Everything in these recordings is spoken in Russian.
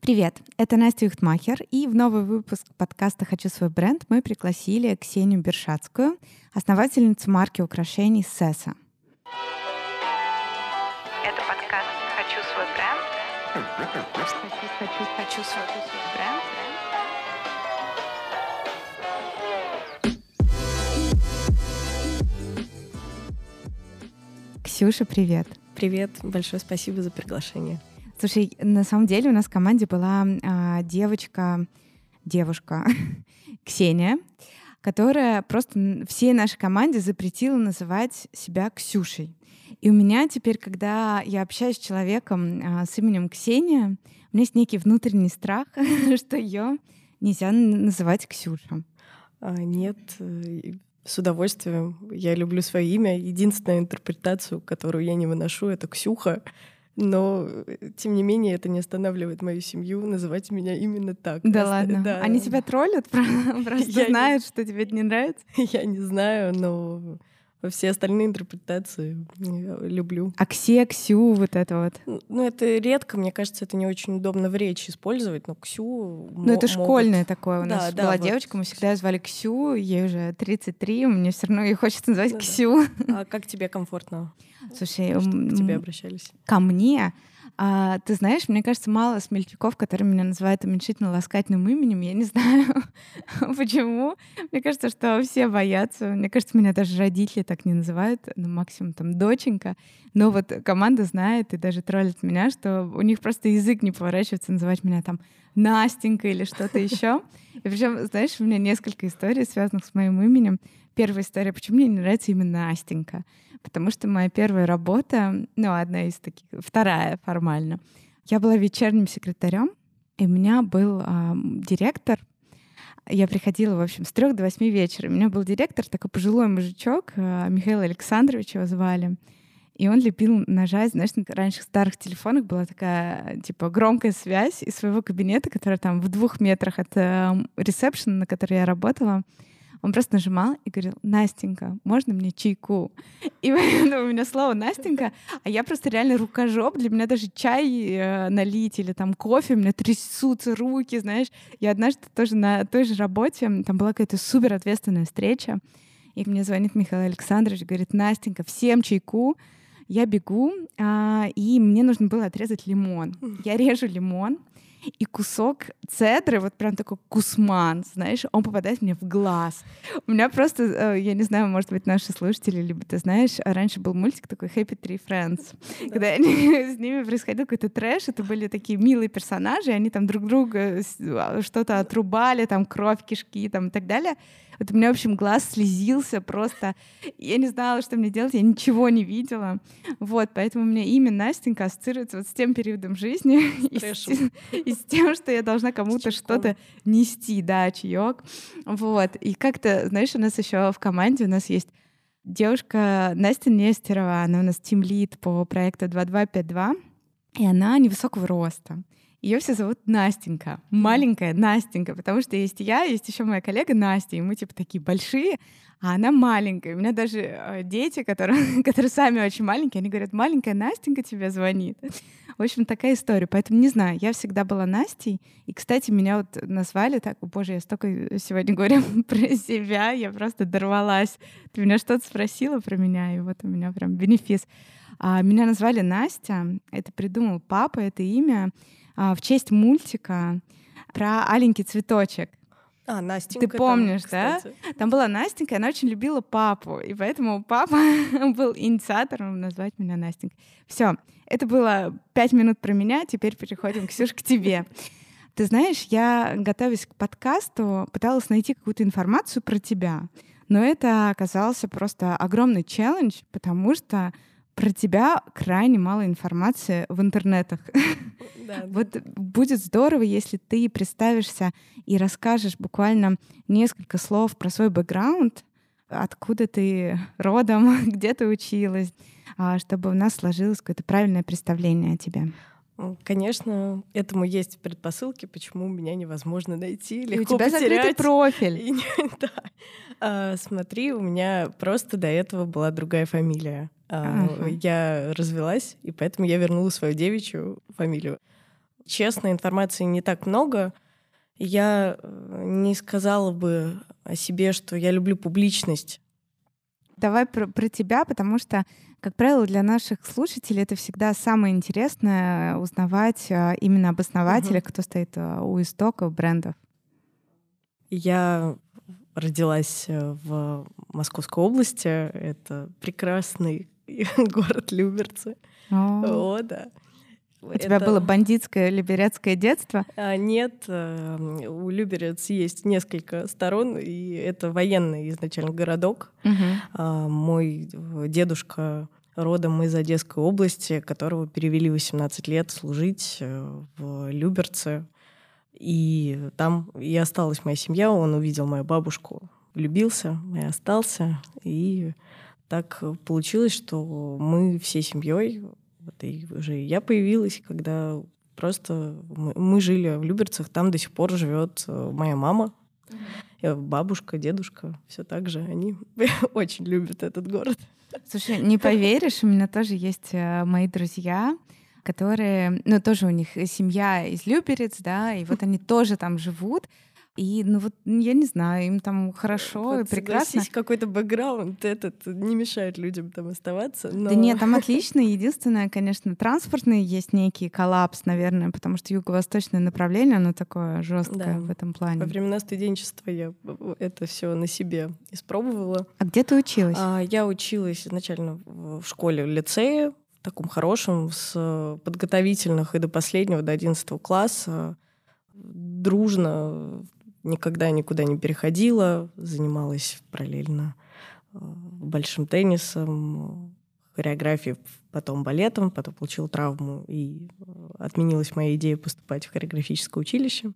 Привет, это Настя Юхтмахер, и в новый выпуск подкаста «Хочу свой бренд» мы пригласили Ксению Бершацкую, основательницу марки украшений Сеса. Это подкаст «Хочу свой бренд». Хочу свой бренд. Ксюша, привет. Привет, большое спасибо за приглашение. Слушай, на самом деле у нас в команде была девушка Ксения, которая просто всей нашей команде запретила называть себя Ксюшей. И у меня теперь, когда я общаюсь с человеком с именем Ксения, у меня есть некий внутренний страх, что ее нельзя называть Ксюша. Нет, с удовольствием. Я люблю свое имя. Единственную интерпретацию, которую я не выношу, это Ксюха. Но, тем не менее, это не останавливает мою семью называть меня именно так. Да ладно? Да. Они тебя троллят? Просто знают, что тебе это не нравится? Я не знаю, но все остальные интерпретации я люблю. А Ксю, вот это вот. Ну, это редко, мне кажется, это не очень удобно в речи использовать, но Ксю Ну, это школьное такое. У нас Да, была вот. девочка, мы всегда ее звали Ксю, ей уже 33, мне все равно ее хочется называть Ксю. А как тебе комфортно? Слушай, Чтобы к тебе обращались? Ко мне? Ты знаешь, мне кажется, мало смельчаков, которые меня называют уменьшительно-ласкательным именем. Я не знаю, почему. Мне кажется, что все боятся. Мне кажется, меня даже родители так не называют, ну, максимум там доченька. Но вот команда знает и даже троллит меня, что у них просто язык не поворачивается называть меня там Настенька или что-то еще. И причем, знаешь, у меня несколько историй, связанных с моим именем. Первая история, почему мне не нравится именно Настенька. Потому что моя первая работа, ну, одна из таких, вторая формально. Я была вечерним секретарем, и у меня был директор. Я приходила, в общем, с 3 до 8 вечера. У меня был директор, такой пожилой мужичок, Михаил Александрович его звали. И он лепил ножа. Знаешь, раньше в старых телефонах была такая, типа, громкая связь из своего кабинета, которая там в 2 метрах от ресепшена, на которой я работала. Он просто нажимал и говорил: «Настенька, можно мне чайку?» И у меня слово «Настенька», а я просто реально рукожоп. Для меня даже чай налить или там кофе, у меня трясутся руки, знаешь. Я однажды тоже на той же работе, там была какая-то супер ответственная встреча, и мне звонит Михаил Александрович, говорит: «Настенька, всем чайку». Я бегу, и мне нужно было отрезать лимон. Я режу лимон, и кусок цедры, вот прям такой кусман, знаешь, он попадает мне в глаз. У меня просто, я не знаю, может быть, наши слушатели, либо ты знаешь, раньше был мультик такой «Happy Tree Friends», когда с ними происходил какой-то трэш, это были такие милые персонажи, они там друг друга что-то отрубали, там кровь, кишки там, и так далее. Вот у меня, в общем, глаз слезился просто. Я не знала, что мне делать, я ничего не видела. Вот, поэтому у меня имя Настенька ассоциируется вот с тем периодом жизни и с тем, что я должна кому-то что-то нести, да, чаек. Вот. И как-то, знаешь, у нас еще в команде у нас есть девушка Настя Нестерова, она у нас тимлид по проекту 2252, и она невысокого роста. Ее все зовут Настенька, маленькая Настенька, потому что есть я, есть еще моя коллега Настя, и мы типа такие большие, а она маленькая. У меня даже дети, которые сами очень маленькие, они говорят: «Маленькая Настенька тебе звонит». В общем, такая история. Поэтому не знаю, я всегда была Настей. И, кстати, меня вот назвали так, о боже, я столько сегодня говорю про себя, я просто дорвалась. Ты меня что-то спросила про меня, и вот у меня прям бенефис. Меня назвали Настя, это придумал папа, это имя, в честь мультика про аленький цветочек. Настенька. Ты помнишь, там, да? Там была Настенька, она очень любила папу, и поэтому папа был инициатором назвать меня Настенькой. Все, это было 5 минут про меня, теперь переходим, Ксюш, к тебе. Ты знаешь, я, готовясь к подкасту, пыталась найти какую-то информацию про тебя, но это оказался просто огромный челлендж, потому что про тебя крайне мало информации в интернетах. Да. Вот будет здорово, если ты представишься и расскажешь буквально несколько слов про свой бэкграунд, откуда ты родом, где ты училась, чтобы у нас сложилось какое-то правильное представление о тебе. Конечно, этому есть предпосылки, почему меня невозможно найти, легко и у тебя потерять. закрытый профиль. Да. Смотри, у меня просто до этого была другая фамилия. Я развелась, и поэтому я вернула свою девичью фамилию. Честно, информации не так много. Я не сказала бы о себе, что я люблю публичность. Давай про тебя, потому что, как правило, для наших слушателей это всегда самое интересное узнавать именно об основателях, кто стоит у истоков брендов. Я родилась в Московской области. Это прекрасный город Люберцы. О, да. У тебя было бандитское люберецкое детство? Нет, у Люберец есть несколько сторон, и это военный изначально городок. Мой дедушка родом из Одесской области, которого перевели 18 лет служить в Люберцы. И там и осталась моя семья, он увидел мою бабушку, влюбился и остался. И так получилось, что мы всей семьей, вот и уже я появилась, когда просто мы жили в Люберцах, там до сих пор живет моя мама, бабушка, дедушка, все так же. Они очень любят этот город. Слушай, не поверишь, у меня тоже есть мои друзья, которые, тоже у них семья из Люберец, да, и вот они тоже там живут. И, я не знаю, им там хорошо и прекрасно. Согласись, какой-то бэкграунд этот не мешает людям там оставаться. Но... Да нет, там отлично. Единственное, конечно, транспортный есть некий коллапс, наверное, потому что юго-восточное направление, оно такое жесткое в этом плане. Во времена студенчества я это все на себе испробовала. А где ты училась? Я училась изначально в школе, в лицее, в таком хорошем, с подготовительных и до последнего, до 11 класса. Дружно, никогда никуда не переходила, занималась параллельно большим теннисом, хореографией, потом балетом, потом получила травму, и отменилась моя идея поступать в хореографическое училище.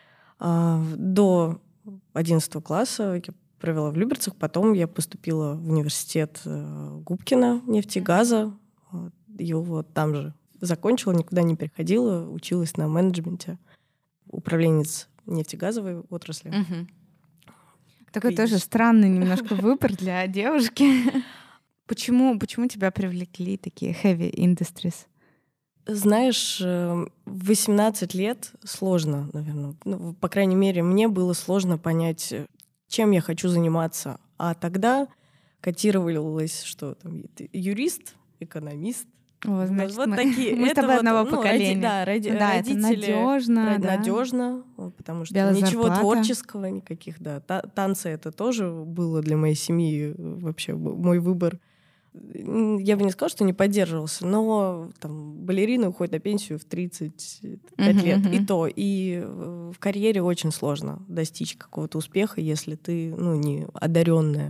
До 11 класса я провела в Люберцах, потом я поступила в университет Губкина нефтегаза, его там же закончила, никуда не переходила, училась на менеджменте, управленец нефтегазовой отрасли. Такой тоже странный немножко выбор для девушки. Почему тебя привлекли такие heavy industries? Знаешь, в 18 лет сложно, наверное. По крайней мере, мне было сложно понять, чем я хочу заниматься. А тогда котировалось, что там юрист, экономист. Значит, вот такие. Мы с тобой одного поколения. Родители, это надежно, потому что белая ничего зарплата. Творческого никаких, танцы это тоже было для моей семьи вообще мой выбор. Я бы не сказала, что не поддерживался, но там балерины уходят на пенсию в 35 лет. И в карьере очень сложно достичь какого-то успеха, если ты не одаренная.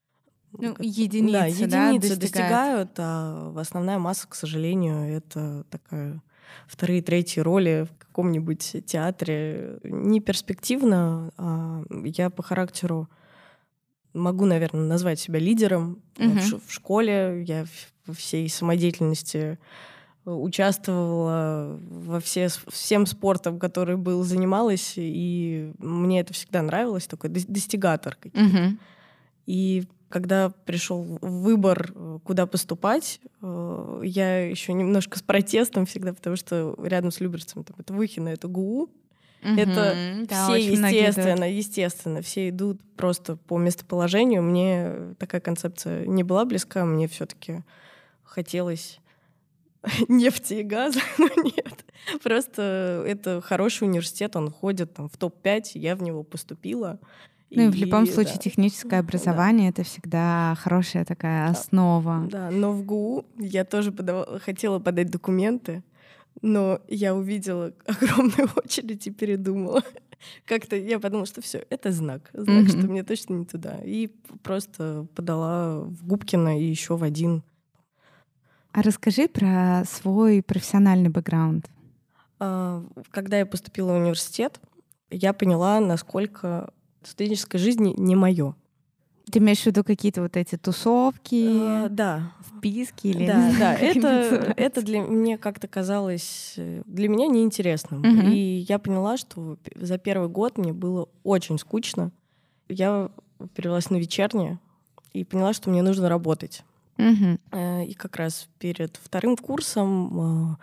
Единицы достигают, а основная масса, к сожалению, это такая вторые, третьи роли в каком-нибудь театре. Не перспективно, а я по характеру могу, наверное, назвать себя лидером. В школе я во всей самодеятельности участвовала всем спортом, который был, занималась, и мне это всегда нравилось, такой достигатор каких-то. И когда пришел выбор, куда поступать, я еще немножко с протестом всегда, потому что рядом с Люберцем это Выхино, это ГУ. Это все, естественно, все идут просто по местоположению. Мне такая концепция не была близка, мне все-таки хотелось нефти и газа, но нет. Просто это хороший университет, он входит в топ-5, я в него поступила. И в любом случае техническое образование — это всегда хорошая такая основа. Да, но в ГУ я тоже хотела подать документы, но я увидела огромную очередь и передумала. Как-то я подумала, что все, это знак, что мне точно не туда. И просто подала в Губкино и еще в один. А расскажи про свой профессиональный бэкграунд. Когда я поступила в университет, я поняла, насколько студенческая жизнь не мое. Ты имеешь в виду какие-то вот эти тусовки, вписки? Или да, это для меня как-то казалось для меня неинтересным. И я поняла, что за первый год мне было очень скучно. Я перевелась на вечернее и поняла, что мне нужно работать. И как раз перед вторым курсом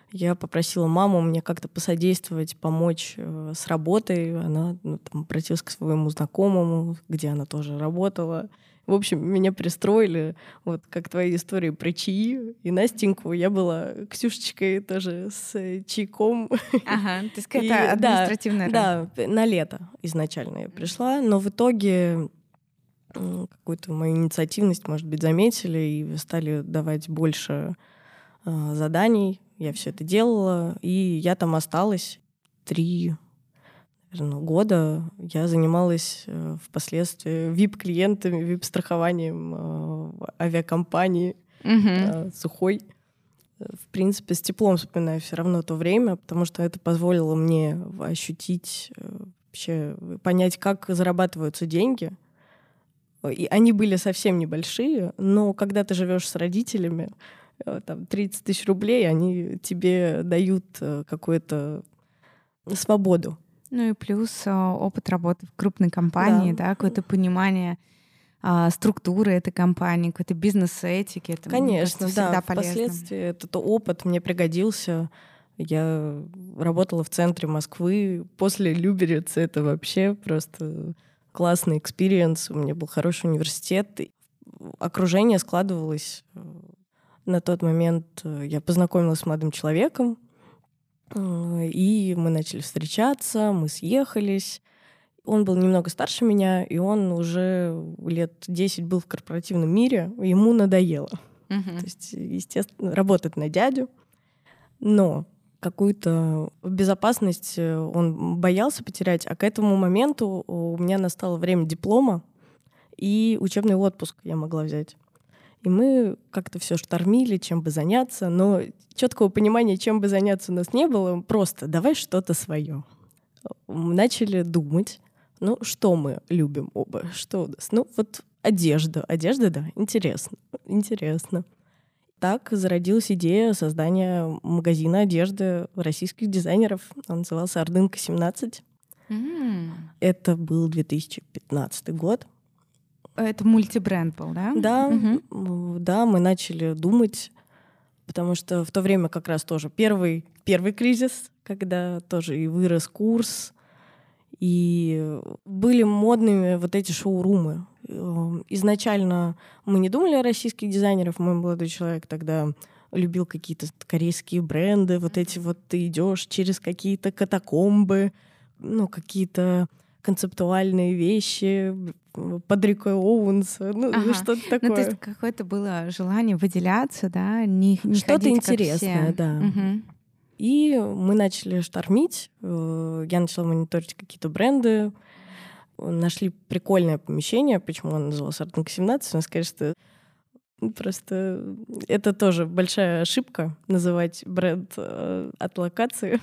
я попросила маму мне как-то посодействовать, помочь с работой. Она там обратилась к своему знакомому, где она тоже работала. В общем, меня пристроили, вот как твои истории про чаи. И Настеньку я была Ксюшечкой тоже с чайком. Ага, то есть какая-то административная работа. Да, на лето изначально я пришла, но в итоге какую-то мою инициативность, может быть, заметили и стали давать больше заданий. Я все это делала, и я там осталась 3, наверное, года. Я занималась впоследствии VIP-клиентами, VIP-страхованием авиакомпании Сухой. В принципе, с теплом вспоминаю все равно то время, потому что это позволило мне ощутить, вообще понять, как зарабатываются деньги. И они были совсем небольшие, но когда ты живешь с родителями, там 30 тысяч рублей, они тебе дают какую-то свободу. Ну и плюс опыт работы в крупной компании, да, какое-то понимание структуры этой компании, какой-то бизнес-этики. Это, конечно, мне кажется, всегда полезно. Впоследствии этот опыт мне пригодился. Я работала в центре Москвы. После Люберец это вообще просто классный экспириенс. У меня был хороший университет. Окружение складывалось. На тот момент я познакомилась с молодым человеком, и мы начали встречаться, мы съехались. Он был немного старше меня, и он уже лет 10 был в корпоративном мире, ему надоело. То есть, естественно, работать на дядю, но какую-то безопасность он боялся потерять, а к этому моменту у меня настало время диплома, и учебный отпуск я могла взять. И мы как-то все штормили, чем бы заняться, но четкого понимания, чем бы заняться, у нас не было. Просто давай что-то свое. Начали думать, что мы любим оба, что у нас. Вот одежда. Одежда, да, интересно. Так зародилась идея создания магазина одежды российских дизайнеров. Он назывался «Ордынка 17». Это был 2015 год. Это мультибренд был, да? Да, мы начали думать, потому что в то время как раз тоже первый кризис, когда тоже и вырос курс, и были модными вот эти шоурумы. Изначально мы не думали о российских дизайнерах, мой молодой человек тогда любил какие-то корейские бренды, вот эти вот ты идешь через какие-то катакомбы, какие-то концептуальные вещи под рекой Оуэнса, что-то такое. То есть какое-то было желание выделяться, да, не что-то ходить интересное, как все. Да. И мы начали штормить. Я начала мониторить какие-то бренды, нашли прикольное помещение, почему оно называлось «Ордынка 17». У нас, конечно, просто это тоже большая ошибка называть бренд от локации.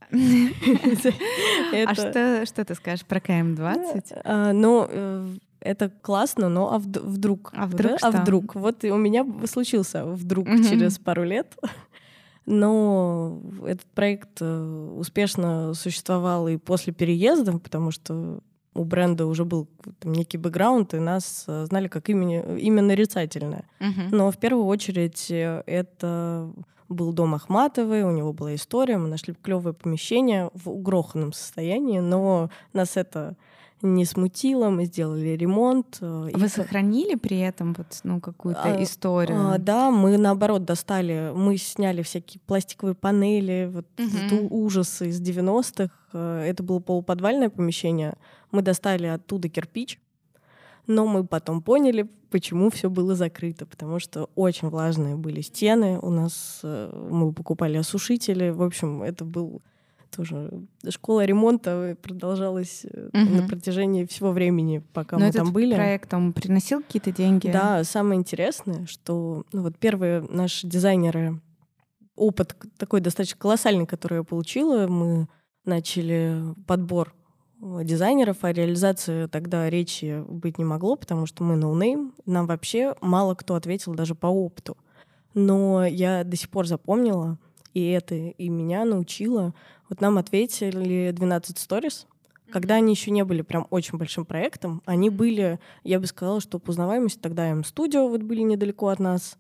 Что ты скажешь про КМ-20? Это классно, но вдруг? Вдруг? Вот и у меня случился вдруг через пару лет. Но этот проект успешно существовал и после переезда, потому что у бренда уже был некий бэкграунд, и нас знали как имя нарицательное. Но в первую очередь это был дом Ахматовой, у него была история, мы нашли клевое помещение в угроханном состоянии, но нас это не смутило, мы сделали ремонт. Вы сохранили при этом какую-то историю? Да, мы наоборот достали, мы сняли всякие пластиковые панели, ужасы из 90-х. Это было полуподвальное помещение. Мы достали оттуда кирпич, но мы потом поняли, почему все было закрыто, потому что очень влажные были стены. У нас мы покупали осушители. В общем, это был тоже школа ремонта продолжалась на протяжении всего времени, пока мы там были. Но этот проект приносил какие-то деньги? Да, самое интересное, что первые наши дизайнеры, опыт такой достаточно колоссальный, который я получила, мы начали подбор дизайнеров, о реализации тогда речи быть не могло, потому что мы ноунейм, нам вообще мало кто ответил даже по опыту. Но я до сих пор запомнила, и это и меня научило. Вот нам ответили 12 Stories, когда они еще не были прям очень большим проектом. Они были, я бы сказала, что по узнаваемости тогда M-Studio были недалеко от нас.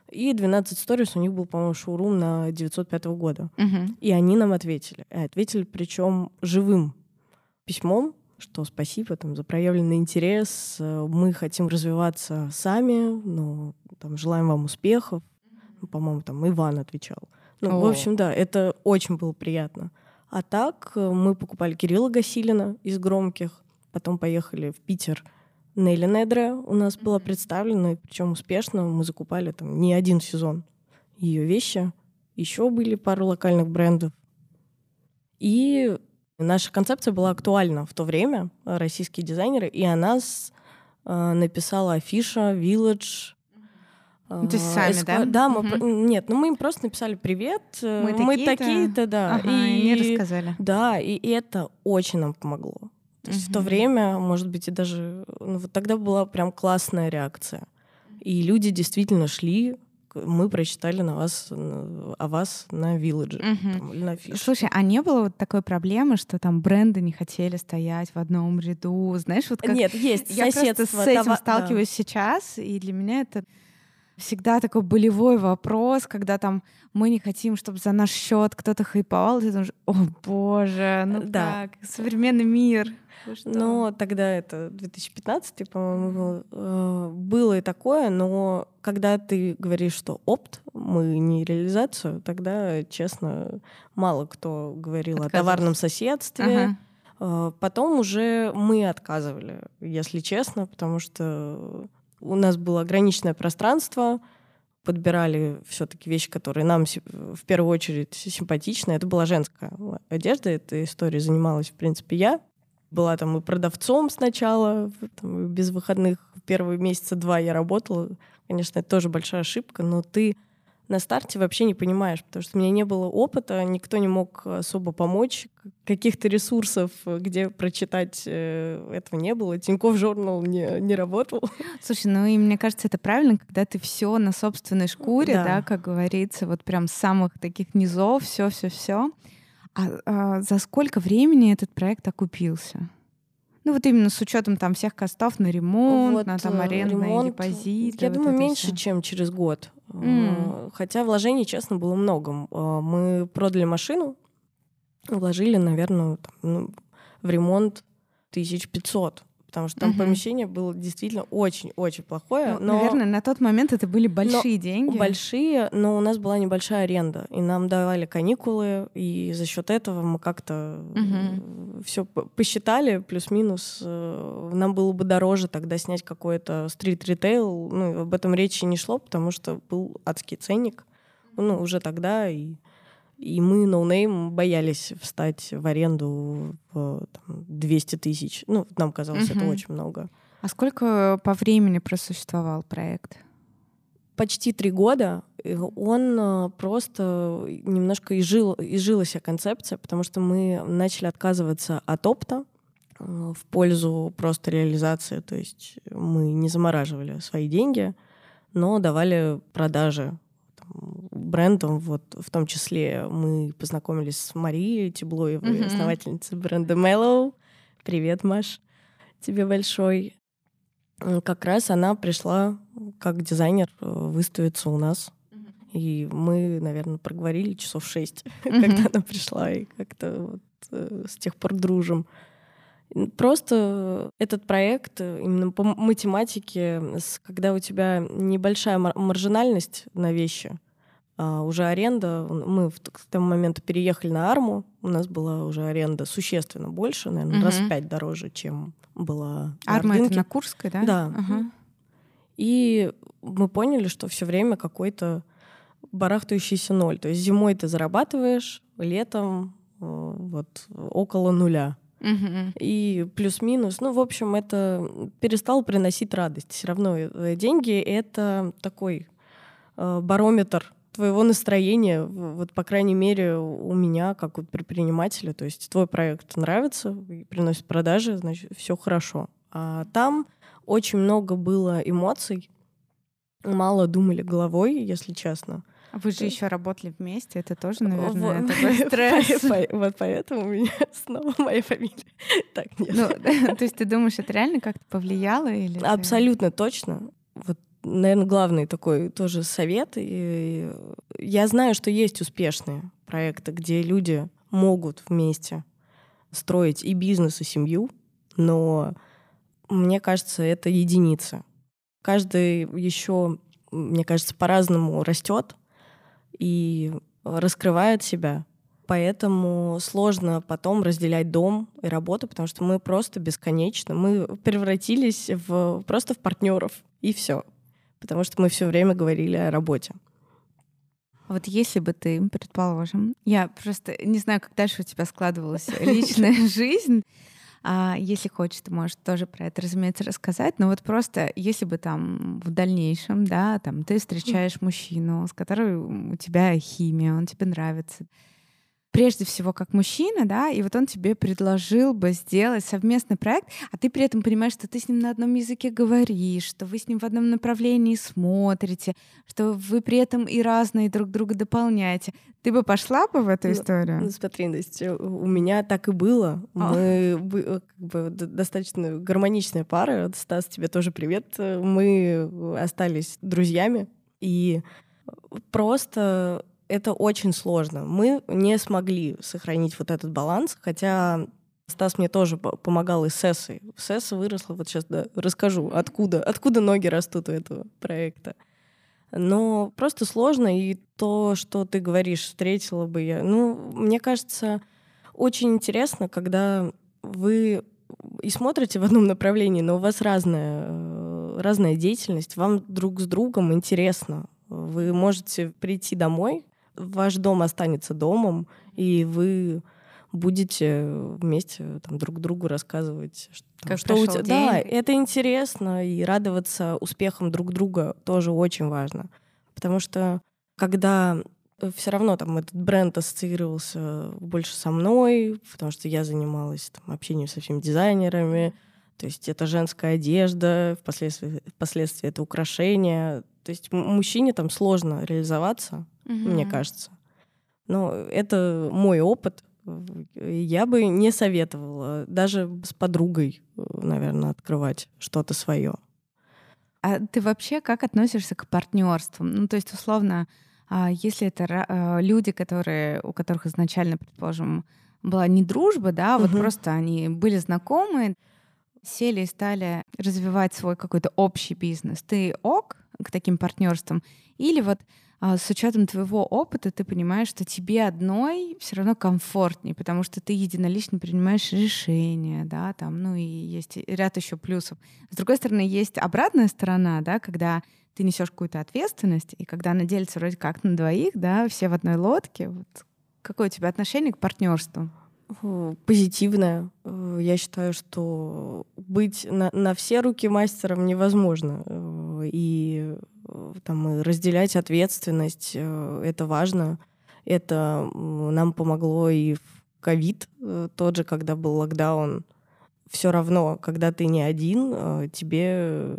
И 12 Stories у них был, по-моему, шоурум на 905 года. Мгм. И они нам ответили. И ответили причем живым письмом, что спасибо там, за проявленный интерес, мы хотим развиваться сами, но там, желаем вам успехов. Ну, по-моему, там Иван отвечал. Ну, в О. общем, да, это очень было приятно. А так мы покупали Кирилла Гасилина из громких, потом поехали в Питер. Нелли Недре у нас была представлена, причем успешно. Мы закупали там не один сезон ее вещи. Еще были пару локальных брендов. И наша концепция была актуальна в то время, российские дизайнеры, и о нас написала афиша, Village. Ну, то есть сами, да? Да, Мгм. нет, мы им просто написали привет, Мы мы такие-то. такие-то, да. Ага, и они рассказали. Да, и это очень нам помогло. То есть в то Мгм. время, может быть, и даже вот тогда была прям классная реакция. И люди действительно шли, мы прочитали о вас на Village Мгм. или на афише. Слушай, а не было вот такой проблемы, что там бренды не хотели стоять в одном ряду? Знаешь, вот как... Нет, есть Я просто соседство. с этим да. сталкиваюсь сейчас, и для меня это всегда такой болевой вопрос, когда там мы не хотим, чтобы за наш счет кто-то хайповал, и ты думаешь, о боже, ну Да. как, современный мир. Вы что? Но тогда это 2015, по-моему, было и такое, но когда ты говоришь, что опт, мы не реализацию, тогда, честно, мало кто говорил о Отказывался. товарном соседстве. Ага. Потом уже мы отказывали, если честно, потому что у нас было ограниченное пространство, подбирали все-таки вещи, которые нам в первую очередь симпатичны. Это была женская одежда, этой историей занималась, в принципе, я. Была там и продавцом сначала, там, без выходных. Первые месяца 2 я работала. Конечно, это тоже большая ошибка, но ты на старте вообще не понимаешь, потому что у меня не было опыта, никто не мог особо помочь, каких-то ресурсов, где прочитать, этого не было. Тинькофф Журнал не работал. Слушай, ну и мне кажется, это правильно, когда ты все на собственной шкуре, Да. да, как говорится, вот прям с самых таких низов, все. А за сколько времени этот проект окупился? Ну вот именно с учетом там всех костов на ремонт, Вот, на там арендные ремонт, депозиты. я вот думаю, это меньше, всё. чем через год. М. Хотя вложений, честно, было много. Мы продали машину, вложили, наверное, в ремонт 1500, потому что там Мгм. помещение было действительно очень-очень плохое. Ну, но наверное, на тот момент это были большие деньги. большие, но у нас была небольшая аренда, и нам давали каникулы, и за счет этого мы как-то все посчитали, плюс-минус. Нам было бы дороже тогда снять какой-то стрит-ритейл, ну, об этом речи не шло, потому что был адский ценник, ну, уже тогда, и мы, ноунейм, боялись встать в аренду в 200 тысяч. Ну, нам казалось, это очень много. А сколько по времени просуществовал проект? Почти 3 года он просто немножко изжила себя концепция, потому что мы начали отказываться от опта в пользу просто реализации. То есть мы не замораживали свои деньги, но давали продажи брендам. Вот в том числе мы познакомились с Марией Теблоевой, основательницей бренда Mellow. Привет, Маш, тебе большой. Как раз она пришла как дизайнер выставиться у нас. И мы, наверное, проговорили часов 6, когда она пришла, и как-то вот с тех пор дружим. Просто этот проект именно по математике, когда у тебя небольшая маржинальность на вещи, уже аренда, мы к тому моменту переехали на Арму, у нас была уже аренда существенно больше, наверное, раз в 5 дороже, чем была на Арма — это Ордынке. на Курской, да? Да. Ага. И мы поняли, что все время какой-то барахтающийся ноль. То есть зимой ты зарабатываешь, летом вот около нуля. И плюс-минус. Ну, в общем, это перестало приносить радость. Все равно деньги — это такой барометр твоего настроения, вот, по крайней мере, у меня, как у предпринимателя. То есть твой проект нравится, приносит продажи, значит, все хорошо. А там очень много было эмоций, мало думали головой, если честно. А вы же еще работали вместе, это тоже, наверное, такой стресс. Вот поэтому у меня снова моя фамилия. Так, нет. Ну, то есть ты думаешь, это реально как-то повлияло? Или Абсолютно точно. Вот наверное, главный такой тоже совет. И я знаю, что есть успешные проекты, где люди могут вместе строить и бизнес, и семью, но мне кажется, это единицы. Каждый еще, мне кажется, по-разному растет и раскрывает себя. Поэтому сложно потом разделять дом и работу, потому что мы просто бесконечно. Мы превратились просто в партнеров, и все. Потому что мы все время говорили о работе. Вот если бы ты, предположим, я просто не знаю, как дальше у тебя складывалась личная жизнь, если хочешь, ты можешь тоже про это, разумеется, рассказать, но вот просто если бы там в дальнейшем, да, там ты встречаешь мужчину, с которым у тебя химия, он тебе нравится, прежде всего как мужчина, да, и вот он тебе предложил бы сделать совместный проект, а ты при этом понимаешь, что ты с ним на одном языке говоришь, что вы с ним в одном направлении смотрите, что вы при этом и разные друг друга дополняете. Ты бы пошла бы в эту историю? Ну, смотри, Настя, у меня так и было. Мы как бы достаточно гармоничная пара. Стас, тебе тоже привет. Мы остались друзьями, и просто это очень сложно. Мы не смогли сохранить вот этот баланс, хотя Стас мне тоже помогал и с Эссой. Эсса выросла, вот сейчас расскажу, откуда ноги растут у этого проекта. Но просто сложно, и то, что ты говоришь, встретила бы я. Ну, мне кажется, очень интересно, когда вы и смотрите в одном направлении, но у вас разная деятельность, вам друг с другом интересно. Вы можете прийти домой, ваш дом останется домом, и вы будете вместе там, друг другу рассказывать, что у тебя. Да, это интересно, и радоваться успехам друг друга тоже очень важно. Потому что когда все равно там этот бренд ассоциировался больше со мной, потому что я занималась там, общением со всеми дизайнерами, то есть это женская одежда, впоследствии это украшения. То есть мужчине там сложно реализоваться, мне кажется. Но это мой опыт. Я бы не советовала даже с подругой, наверное, открывать что-то свое. А ты вообще как относишься к партнерству? Ну, то есть, условно, если это люди, у которых изначально, предположим, была не дружба, да, вот просто они были знакомы, сели и стали развивать свой какой-то общий бизнес. Ты ок к таким партнерствам? Или вот с учетом твоего опыта ты понимаешь, что тебе одной все равно комфортнее, потому что ты единолично принимаешь решения, да, там, ну и есть ряд еще плюсов. С другой стороны, есть обратная сторона, да, когда ты несешь какую-то ответственность, и когда она делится вроде как на двоих, да, все в одной лодке. Вот какое у тебя отношение к партнерству? Позитивное. Я считаю, что быть на все руки мастером невозможно. И там разделять ответственность — это важно. Это нам помогло и в ковид тот же, когда был локдаун. Все равно, когда ты не один, тебе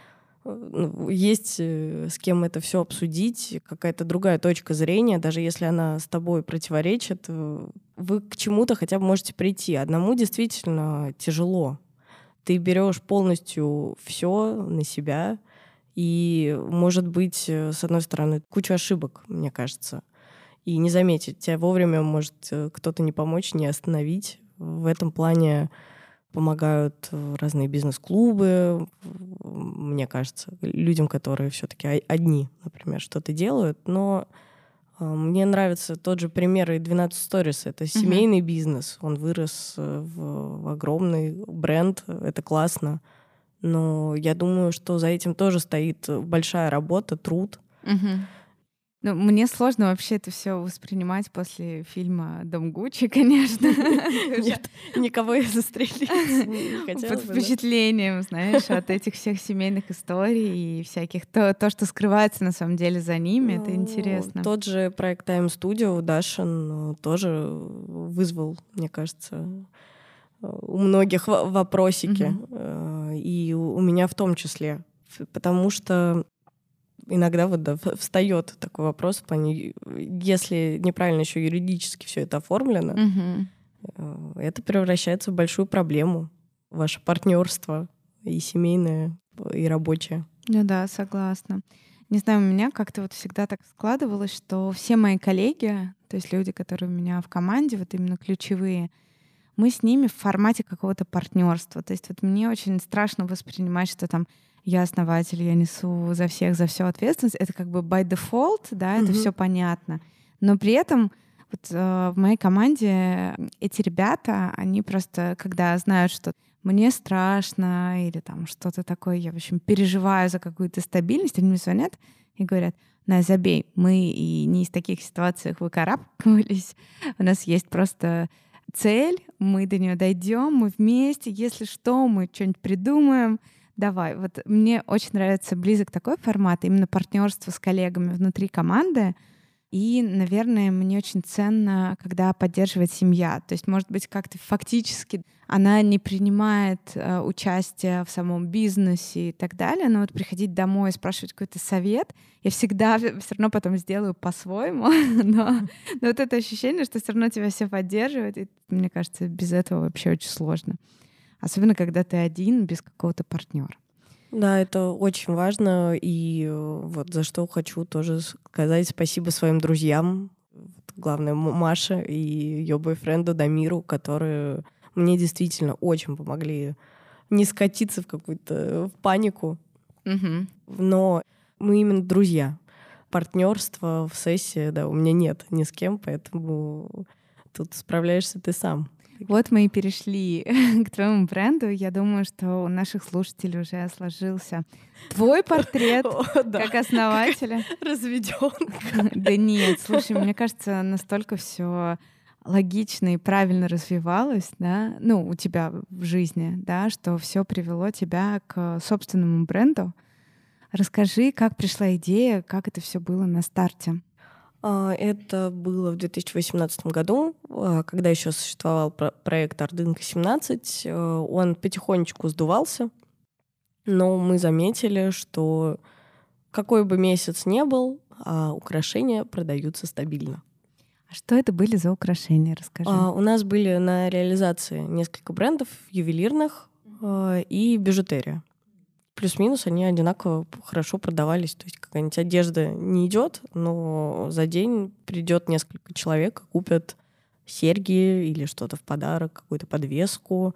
есть с кем это все обсудить, какая-то другая точка зрения, даже если она с тобой противоречит, вы к чему-то хотя бы можете прийти. Одному действительно тяжело. Ты берешь полностью все на себя, и, может быть, с одной стороны, куча ошибок, мне кажется, и не заметить. Тебя вовремя может кто-то не помочь, не остановить. В этом плане помогают разные бизнес-клубы, мне кажется, людям, которые все-таки одни, например, что-то делают. Но мне нравится тот же пример и 12 Stories. Это семейный бизнес. Он вырос в огромный бренд. Это классно. Но я думаю, что за этим тоже стоит большая работа, труд. Ну, мне сложно вообще это все воспринимать после фильма «Дом Гуччи», конечно. Нет, никого я застрелить не хотела. Под впечатлением, знаешь, от этих всех семейных историй и всяких. То, что скрывается на самом деле за ними, это интересно. Тот же проект Time Studio Дашин тоже вызвал, мне кажется, у многих вопросики. И у меня в том числе. Потому что иногда вот встает такой вопрос в плане, если неправильно еще юридически все это оформлено, это превращается в большую проблему. Ваше партнерство и семейное, и рабочее. Ну да, согласна. Не знаю, у меня как-то вот всегда так складывалось, что все мои коллеги, то есть люди, которые у меня в команде, вот именно ключевые, мы с ними в формате какого-то партнерства. То есть вот мне очень страшно воспринимать, что там я основатель, я несу за всех, за все ответственность. Это как бы by default, да, это все понятно. Но при этом вот, в моей команде эти ребята, они просто, когда знают, что мне страшно или там что-то такое, я, в общем, переживаю за какую-то стабильность, они мне звонят и говорят: Настя, забей, мы и не из таких ситуациях выкарабкивались. У нас есть просто цель, мы до нее дойдем, мы вместе, если что, мы что-нибудь придумаем. Давай. Вот мне очень нравится близок такой формат, именно партнерство с коллегами внутри команды. И, наверное, мне очень ценно, когда поддерживает семья. То есть, может быть, как-то фактически она не принимает участие в самом бизнесе и так далее, но вот приходить домой и спрашивать какой-то совет, я всегда все равно потом сделаю по-своему, но вот это ощущение, что все равно тебя все поддерживают, и, мне кажется, без этого вообще очень сложно. Особенно, когда ты один, без какого-то партнера. Да, это очень важно, и вот за что хочу тоже сказать спасибо своим друзьям, главное, Маше и ее бойфренду Дамиру, которые мне действительно очень помогли не скатиться в какую-то в панику. Но мы именно друзья. Партнерства в сессии, да, у меня нет ни с кем, поэтому тут справляешься ты сам. Вот мы и перешли к твоему бренду. Я думаю, что у наших слушателей уже сложился твой портрет как основателя. Разведёнка. Да нет, слушай, мне кажется, настолько все логично и правильно развивалось, да, ну, у тебя в жизни, да, что все привело тебя к собственному бренду. Расскажи, как пришла идея, как это все было на старте. Это было в 2018 году, когда еще существовал проект Ордынка 17. Он потихонечку сдувался, но мы заметили, что какой бы месяц ни был, украшения продаются стабильно. А что это были за украшения? Расскажи. У нас были на реализации несколько брендов ювелирных и бижутерия. Плюс-минус они одинаково хорошо продавались. То есть какая-нибудь одежда не идет, но за день придет несколько человек, купят серьги или что-то в подарок, какую-то подвеску.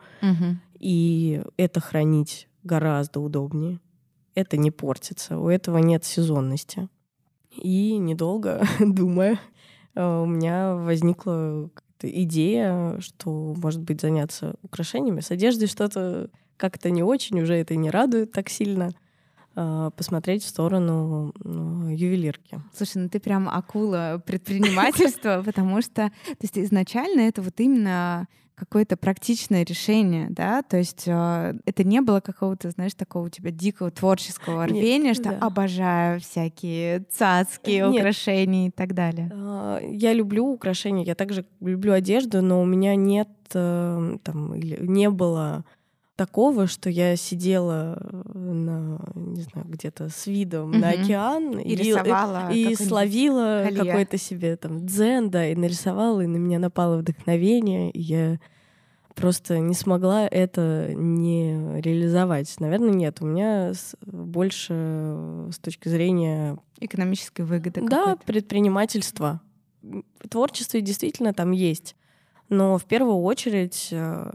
И это хранить гораздо удобнее. Это не портится. У этого нет сезонности. И недолго думая, у меня возникла идея, что, может быть, заняться украшениями. С одеждой что-то как-то не очень, уже это не радует так сильно. Посмотреть в сторону ювелирки. Слушай, ну ты прям акула предпринимательства, потому что, то есть изначально это вот именно какое-то практичное решение, да, то есть это не было какого-то, знаешь, такого у тебя дикого творческого рвения, что обожаю всякие цацки, украшения и так далее. Я люблю украшения, я также люблю одежду, но у меня нет не было такого, что я сидела не знаю, где-то с видом на океан и рисовала и словила какой-то себе там дзен, да, и нарисовала, и на меня напало вдохновение, и я просто не смогла это не реализовать. Наверное, нет. У меня больше с точки зрения экономической выгоды. Да, предпринимательства. Творчество действительно там есть. Но в первую очередь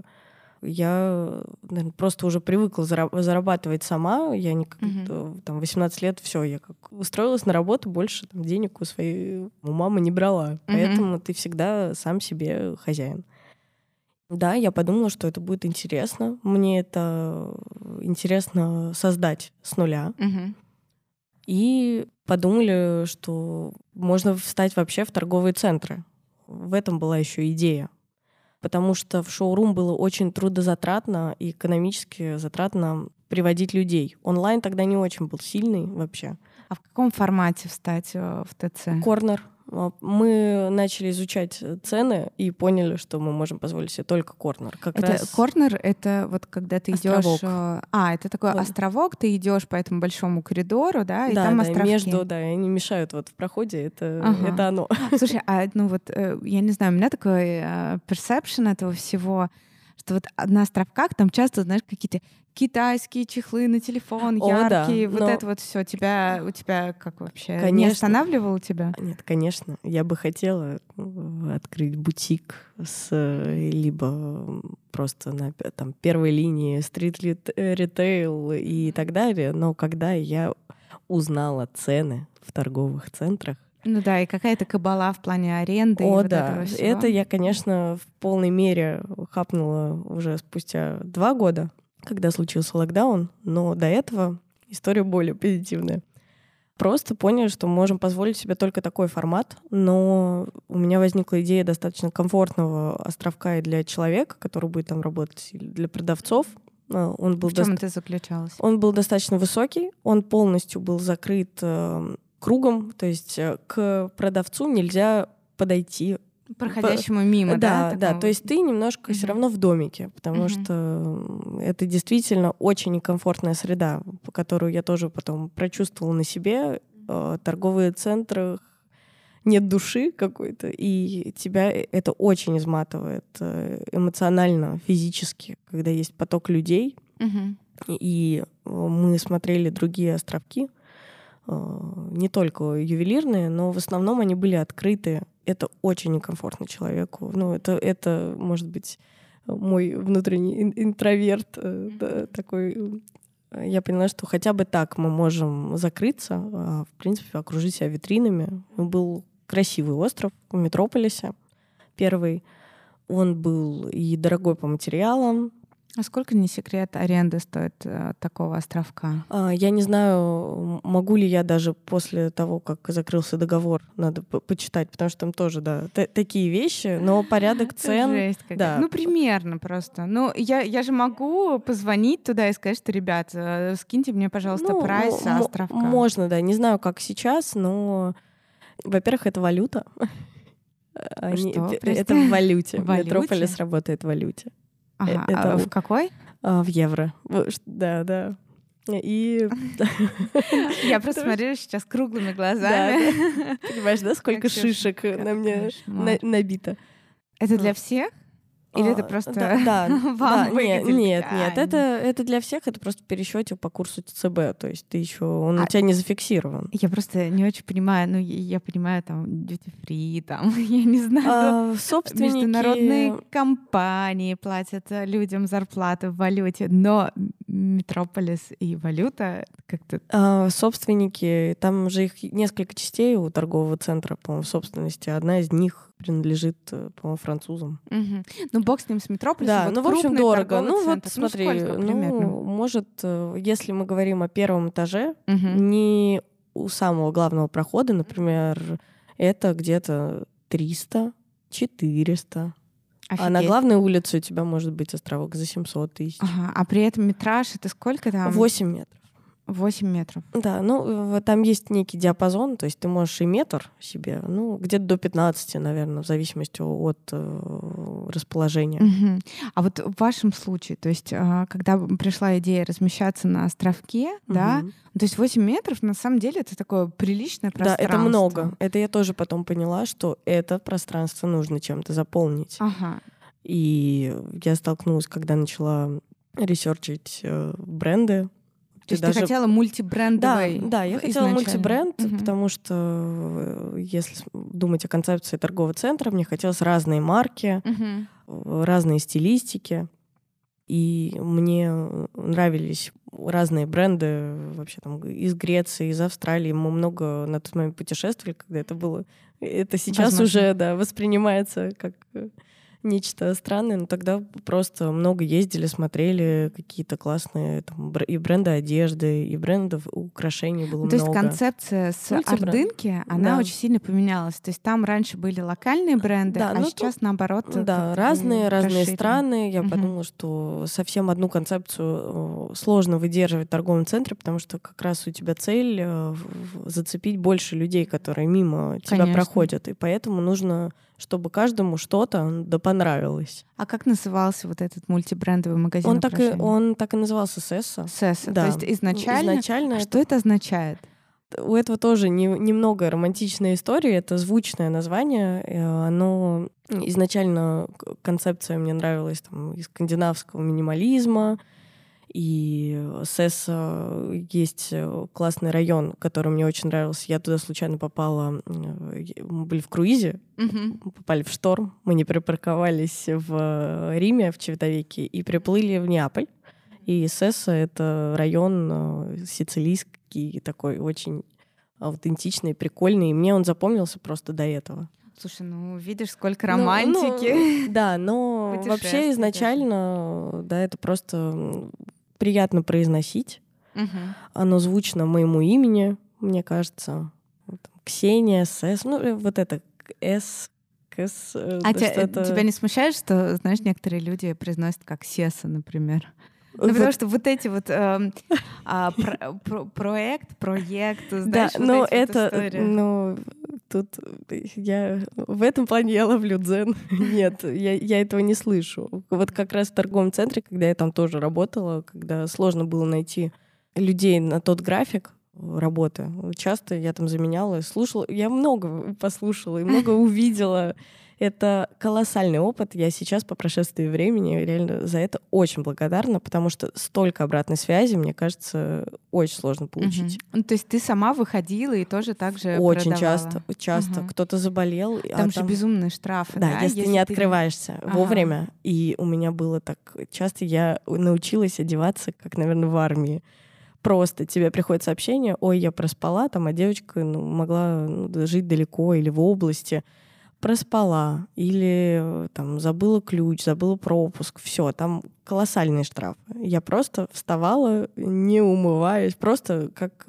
я, наверное, просто уже привыкла зарабатывать сама. Я там 18 лет, все, я как устроилась на работу, больше там, денег у мамы не брала. Поэтому ты всегда сам себе хозяин. Да, я подумала, что это будет интересно. Мне это интересно создать с нуля. И подумали, что можно встать вообще в торговые центры. В этом была еще идея. Потому что в шоурум было очень трудозатратно и экономически затратно приводить людей. Онлайн тогда не очень был сильный вообще. А в каком формате встать в ТЦ? Корнер. Мы начали изучать цены и поняли, что мы можем позволить себе только корнер. Корнер — это вот когда ты идешь. Это такой вот. Островок, ты идешь по этому большому коридору, да, и там островки. Они мешают вот в проходе, это оно. Слушай, я не знаю, у меня такой perception этого всего, что вот на островках там часто, знаешь, какие-то китайские чехлы на телефон, яркие, вот это вот все. У тебя как вообще? Конечно. Не останавливало тебя? Нет, конечно. Я бы хотела открыть бутик либо просто на там, первой линии стрит-ритейл и так далее. Но когда я узнала цены в торговых центрах, ну да, и какая-то кабала в плане аренды. О, и да. Вот этого всего. Это я, конечно, в полной мере хапнула уже спустя 2 года, когда случился локдаун, но до этого история более позитивная. Просто поняли, что мы можем позволить себе только такой формат, но у меня возникла идея достаточно комфортного островка и для человека, который будет там работать, и для продавцов. Он был в чем это заключалось? Он был достаточно высокий, он полностью был закрыт кругом, то есть к продавцу нельзя подойти. Проходящему мимо, да? Да, то есть ты немножко все равно в домике, потому что это действительно очень некомфортная среда, по которую я тоже потом прочувствовала на себе. Торговые центры, нет души какой-то, и тебя это очень изматывает эмоционально, физически, когда есть поток людей. И мы смотрели другие островки, не только ювелирные, но в основном они были открыты. Это очень некомфортно человеку. Ну, это может быть, мой внутренний интроверт такой. Я поняла, что хотя бы так мы можем закрыться, в принципе, окружить себя витринами. Был красивый остров в Метрополисе, первый. Он был и дорогой по материалам. А сколько, не секрет, аренда стоит такого островка? Я не знаю, могу ли я даже после того, как закрылся договор, надо почитать, потому что там тоже, да, такие вещи, но порядок цен... Жесть какая. Да. Ну, примерно просто. Ну, я же могу позвонить туда и сказать, что, ребят, скиньте мне, пожалуйста, прайс островка. Можно, да. Не знаю, как сейчас, но, во-первых, это валюта. Что? Это в валюте. Метрополис работает в валюте. Ага, а в какой? В евро. Да. И... Я просто смотрю сейчас круглыми глазами. Понимаешь, да, сколько шишек на мне набито. Это для всех? Или это просто вам выгодили? Нет, это для всех, это просто в пересчете по курсу ЦБ, то есть ты еще он у тебя не зафиксирован. Я просто не очень понимаю, ну я понимаю там duty free, там я не знаю, собственники... международные компании платят людям зарплаты в валюте, но Метрополис и валюта как-то... Собственники, там же их несколько частей у торгового центра, по-моему, в собственности. Одна из них принадлежит, по-моему, французам. Ну, бог с ним, с Метрополисом. Да, вот ну, в общем, дорого. Ну, центр. вот смотри, Ну, может, если мы говорим о первом этаже, не у самого главного прохода, например, это где-то 300-400. Офигеть. А на главной улице у тебя может быть островок за 700 тысяч. Ага. А при этом метраж это сколько там? 8 метров. 8 метров. Да, ну, там есть некий диапазон, то есть ты можешь и метр себе, ну, где-то до 15, наверное, в зависимости от расположения. А вот в вашем случае, то есть когда пришла идея размещаться на островке, да, то есть 8 метров, на самом деле, это такое приличное пространство. Да, это много. Это я тоже потом поняла, что это пространство нужно чем-то заполнить. Ага. И я столкнулась, когда начала ресерчить бренды. То есть ты хотела мультибрендовый? Да, я хотела мультибренд, потому что если думать о концепции торгового центра, мне хотелось разные марки, разные стилистики. И мне нравились разные бренды вообще там из Греции, из Австралии. Мы много на тот момент путешествовали, когда это было. Это сейчас уже воспринимается как нечто странное, но тогда просто много ездили, смотрели какие-то классные там, и бренды одежды, и брендов украшений было много. То есть концепция с Ордынки, она очень сильно поменялась. То есть там раньше были локальные бренды, а сейчас наоборот... Да, разные страны. Я подумала, что совсем одну концепцию сложно выдерживать в торговом центре, потому что как раз у тебя цель зацепить больше людей, которые мимо тебя проходят. И поэтому нужно, чтобы каждому что-то понравилось. А как назывался вот этот мультибрендовый магазин? Он так и назывался Сесса. Сесса. Да. То есть изначально что это означает? У этого тоже немного романтичная история. Это звучное название. Оно Изначально концепция мне нравилась там, из скандинавского минимализма, и Сесса есть классный район, который мне очень нравился. Я туда случайно попала. Мы были в круизе, мы попали в шторм. Мы не припарковались в Риме, в Чивитавеке, и приплыли в Неаполь. И Сесса — это район сицилийский, такой очень аутентичный, прикольный. И мне он запомнился просто до этого. Слушай, ну видишь, сколько романтики. Да, но вообще изначально, да, это просто приятно произносить. Оно звучно моему имени, мне кажется. Ксения, С, ну вот это С, Кс. А тебя не смущает, что, знаешь, некоторые люди произносят как Сеса, например? Ну, потому что вот эти вот проект, знаешь, да, но вот эти вот истории. Ну, тут в этом плане я ловлю дзен. Нет, я этого не слышу. Вот как раз в торговом центре, когда я там тоже работала, когда сложно было найти людей на тот график работы, часто я там заменяла, слушала. Я много послушала и много увидела. Это колоссальный опыт. Я сейчас, по прошествии времени, реально за это очень благодарна, потому что столько обратной связи, мне кажется, очень сложно получить. Ну, то есть ты сама выходила и тоже так же очень продавала? часто. Кто-то заболел. Там же безумные штрафы, да? Если не открываешься вовремя. И у меня было так часто, я научилась одеваться, как, наверное, в армии. Просто тебе приходит сообщение: ой, я проспала, там, а девочка могла жить далеко или в области. Проспала или там забыла ключ, забыла пропуск, все, там колоссальный штраф. Я просто вставала, не умываясь, просто как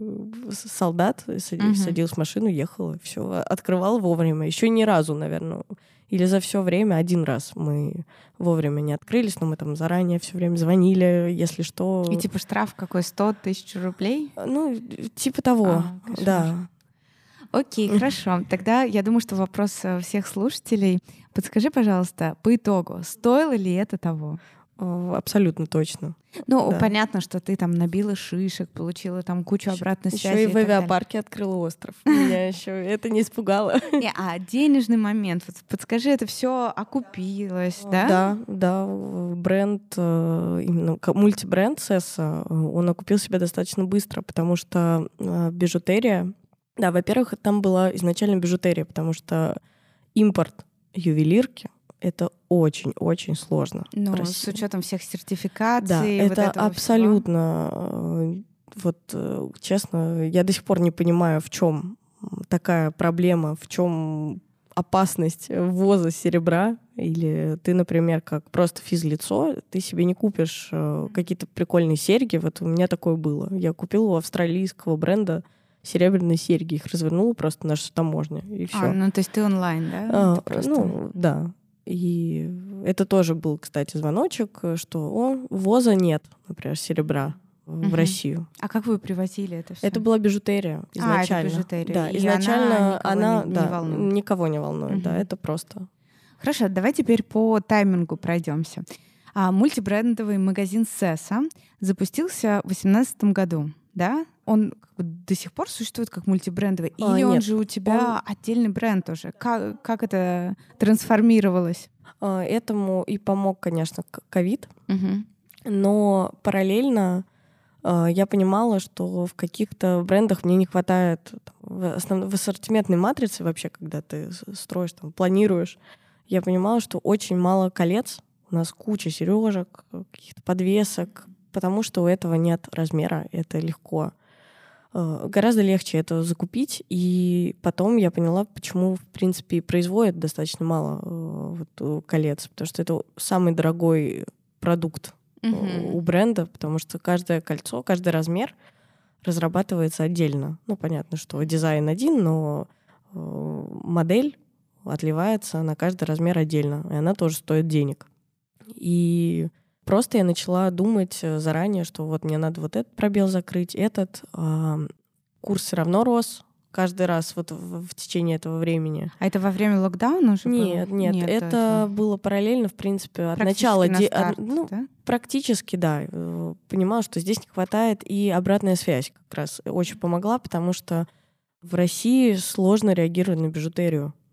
солдат садилась в машину, ехала, все, открывала вовремя. Еще ни разу, наверное, или за все время один раз мы вовремя не открылись, но мы там заранее все время звонили, если что. И типа штраф какой, 100 000 рублей? Ну, типа того, да. Окей, хорошо. Тогда я думаю, что вопрос всех слушателей. Подскажи, пожалуйста, по итогу, стоило ли это того? Абсолютно точно. Ну, да. Понятно, что ты там набила шишек, получила там кучу обратной связи. Еще и в авиапарке открыла остров. Меня еще это не испугало. А денежный момент, вот подскажи, это все окупилось, да? Да. Бренд, именно мультибренд Сесса, он окупил себя достаточно быстро, потому что бижутерия. Да, во-первых, там была изначально бижутерия, потому что импорт ювелирки — это очень-очень сложно. Ну, с учетом всех сертификаций. Да, это вот абсолютно. Вот честно, я до сих пор не понимаю, в чем такая проблема, в чем опасность ввоза серебра. Или ты, например, как просто физлицо, ты себе не купишь какие-то прикольные серьги. Вот у меня такое было. Я купила у австралийского бренда серебряные серьги, их развернула просто на таможне, и все. Ну, то есть ты онлайн, да? Ну, да. И это тоже был, кстати, звоночек, что ввоза нет, например, серебра в Россию. А как вы привозили это все? Это была бижутерия изначально. Это бижутерия. Да, и изначально она никого не волнует. Да, это просто. Хорошо, давай теперь по таймингу пройдемся. Мультибрендовый магазин Сесса запустился в 2018 году, да? Он до сих пор существует как мультибрендовый? Или он же у тебя отдельный бренд уже? Как это трансформировалось? Этому и помог, конечно, ковид. Но параллельно я понимала, что в каких-то брендах мне не хватает в ассортиментной матрице вообще, когда ты строишь, там, планируешь. Я понимала, что очень мало колец. У нас куча сережек, каких-то подвесок, потому что у этого нет размера. Это легко. Гораздо легче это закупить. И потом я поняла, почему, в принципе, производят достаточно мало колец. Потому что это самый дорогой продукт у бренда, потому что каждое кольцо, каждый размер разрабатывается отдельно. Ну, понятно, что дизайн один, но модель отливается на каждый размер отдельно, и она тоже стоит денег. И просто я начала думать заранее, что вот мне надо вот этот пробел закрыть, этот. Курс все равно рос каждый раз вот в течение этого времени. А это во время локдауна уже было? Нет, это было параллельно, в принципе, от начала. Да? Практически, да. Понимала, что здесь не хватает, и обратная связь как раз очень помогла, потому что в России сложно реагировать на бижутерию.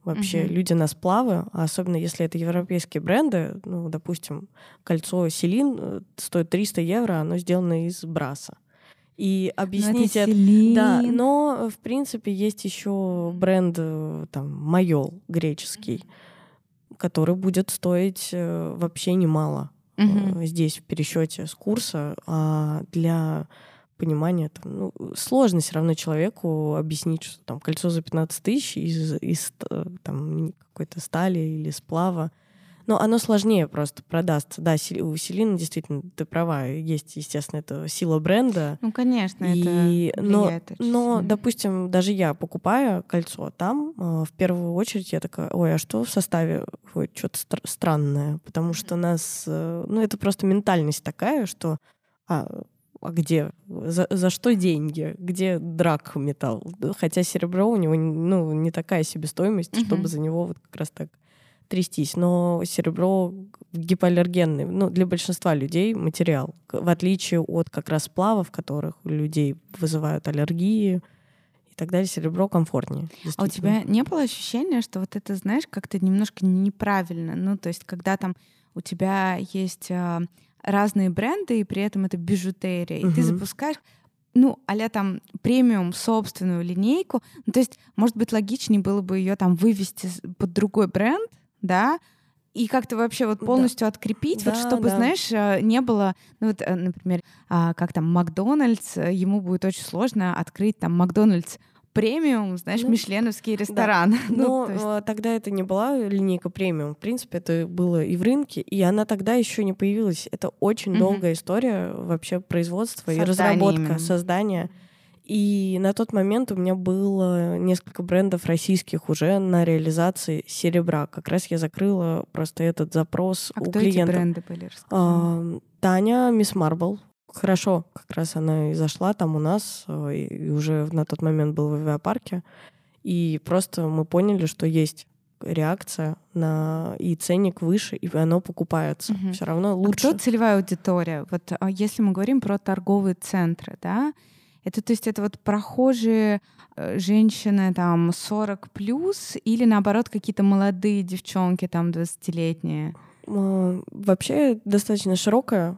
Вообще люди на сплавы, а особенно если это европейские бренды, ну, допустим, кольцо Селин стоит 300 евро, оно сделано из браса. И объяснить это... Да, но, в принципе, есть еще бренд там Майол греческий, который будет стоить вообще немало здесь в пересчете с курса. А для понимания там, сложно все равно человеку объяснить, что там кольцо за 15 тысяч из там, какой-то стали или сплава. Но оно сложнее просто продастся. Да, у Селины действительно, ты права, есть, естественно, это сила бренда. Ну, конечно, это влияет. Но, допустим, даже я, покупая кольцо там, в первую очередь я такая, ой, а что в составе? Ой, что-то странное. Потому что у нас... это просто ментальность такая, что... А где? За что деньги? Где драгметалл? Хотя серебро у него не такая себестоимость, чтобы за него вот как раз так трястись. Но серебро гипоаллергенный, для большинства людей материал. В отличие от как раз сплавов, которых у людей вызывают аллергии и так далее, серебро комфортнее. А у тебя не было ощущения, что вот это, знаешь, как-то немножко неправильно? То есть когда там у тебя есть разные бренды, и при этом это бижутерия, и ты запускаешь а-ля там премиум собственную линейку. То есть, может быть, логичнее было бы ее там вывести под другой бренд, да, и как-то вообще вот полностью открепить, вот чтобы, знаешь, не было, например, как там Макдональдс, ему будет очень сложно открыть там Макдональдс премиум, знаешь, мишленовский ресторан. Но тогда это не была линейка премиум. В принципе, это было и в рынке, и она тогда еще не появилась. Это очень долгая история вообще производства и разработка, создания. И на тот момент у меня было несколько брендов российских уже на реализации серебра. Как раз я закрыла просто этот запрос у клиентов. Эти бренды были? Таня, Мисс Марбл. Хорошо, как раз она и зашла там у нас, и уже на тот момент был в авиапарке. И просто мы поняли, что есть реакция и ценник выше, и оно покупается. Все равно лучше. А кто целевая аудитория? Вот если мы говорим про торговые центры, да, то есть это вот прохожие женщины там 40+, или наоборот какие-то молодые девчонки там 20-летние? Вообще достаточно широкая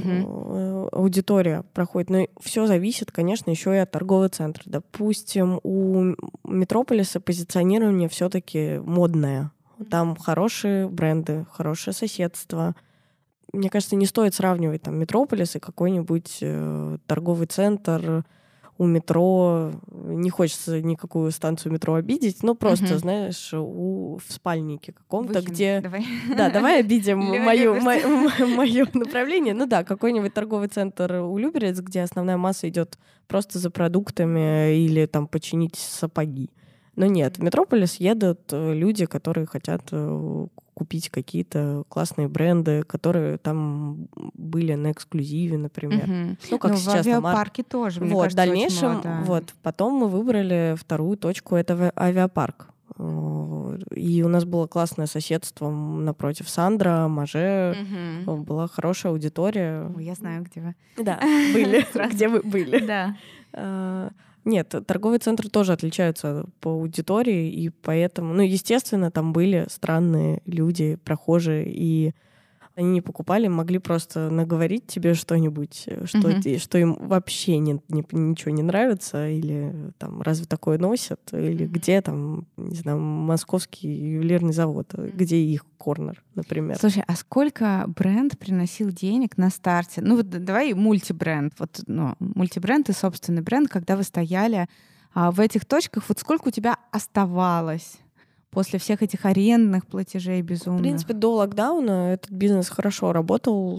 аудитория проходит. Но все зависит, конечно, еще и от торгового центра. Допустим, у Метрополиса позиционирование все-таки модное. Там хорошие бренды, хорошее соседство. Мне кажется, не стоит сравнивать там Метрополис и какой-нибудь торговый центр у метро. Не хочется никакую станцию метро обидеть, но просто, знаешь, в спальнике каком-то, где... Давай. Да, давай обидим мое направление. Какой-нибудь торговый центр у Люберец, где основная масса идет просто за продуктами или там починить сапоги. Но нет, в Метрополис едут люди, которые хотят купить какие-то классные бренды, которые там были на эксклюзиве, например. Как сейчас. В авиапарке тоже, мне кажется, в дальнейшем, потом мы выбрали вторую точку, это авиапарк. И у нас было классное соседство напротив Сандра, Маже. Была хорошая аудитория. Я знаю, где вы. Да, были. Где вы были. Да. Нет, торговые центры тоже отличаются по аудитории, и поэтому, естественно, там были странные люди, прохожие, и они не покупали, могли просто наговорить тебе что-нибудь, что им вообще ничего не нравится, или там разве такое носят, или где там, не знаю, московский ювелирный завод, где их корнер, например. Слушай, а сколько бренд приносил денег на старте? Давай мультибренд. Мультибренд и собственный бренд, когда вы стояли в этих точках, сколько у тебя оставалось после всех этих арендных платежей безумных? В принципе, до локдауна этот бизнес хорошо работал,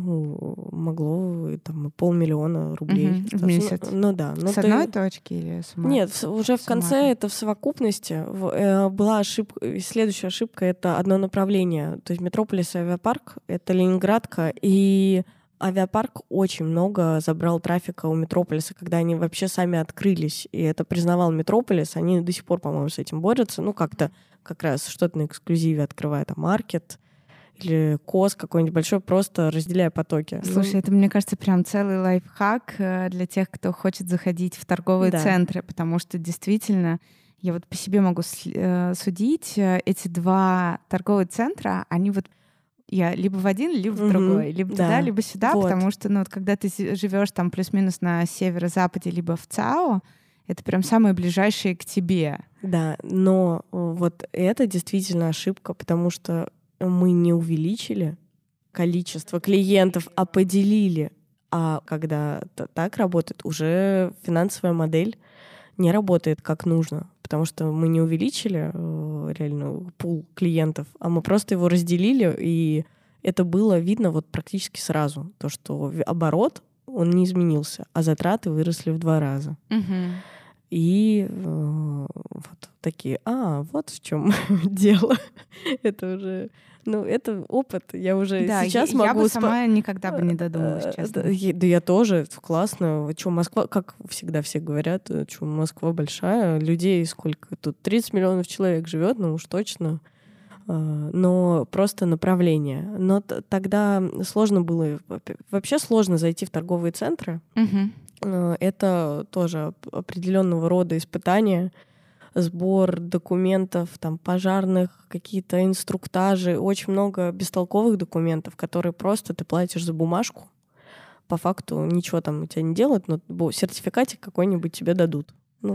могло там 500 000 рублей. В месяц? Да. С одной точки или с ума? Нет, уже в конце это в совокупности. Была ошибка, следующая ошибка — это одно направление. То есть Метрополис и авиапарк — это Ленинградка, и авиапарк очень много забрал трафика у Метрополиса, когда они вообще сами открылись. И это признавал Метрополис. Они до сих пор, по-моему, с этим борются. Как-то как раз что-то на эксклюзиве открывая там маркет или КОС какой-нибудь большой, просто разделяя потоки. Слушай, это, мне кажется, прям целый лайфхак для тех, кто хочет заходить в торговые центры, потому что действительно я вот по себе могу судить, эти два торговых центра, они вот я либо в один, либо в другой, либо туда, либо сюда, Вот. потому что, ну, вот когда ты живешь там плюс-минус на северо-западе, либо в ЦАО, это прям самые ближайшие к тебе. Да, но вот это действительно ошибка, потому что мы не увеличили количество клиентов, а поделили. А когда так работает, уже финансовая модель не работает как нужно, потому что мы не увеличили реально пул клиентов, а мы просто его разделили, и это было видно вот практически сразу, то, что оборот, он не изменился, а затраты выросли в 2 раза. И вот такие, вот в чем дело. Это уже, это опыт. Я уже сейчас могу... Я бы сама никогда бы не додумалась, честно. Да я тоже. Классно. Что, Москва, как всегда все говорят, что Москва большая, людей сколько тут? 30 миллионов человек живет, ну уж точно. Но просто направление. Но тогда сложно было... Вообще сложно зайти в торговые центры. Это тоже определенного рода испытания, сбор документов, там, пожарных, какие-то инструктажи, очень много бестолковых документов, которые просто ты платишь за бумажку. По факту ничего там у тебя не делают, но сертификатик какой-нибудь тебе дадут.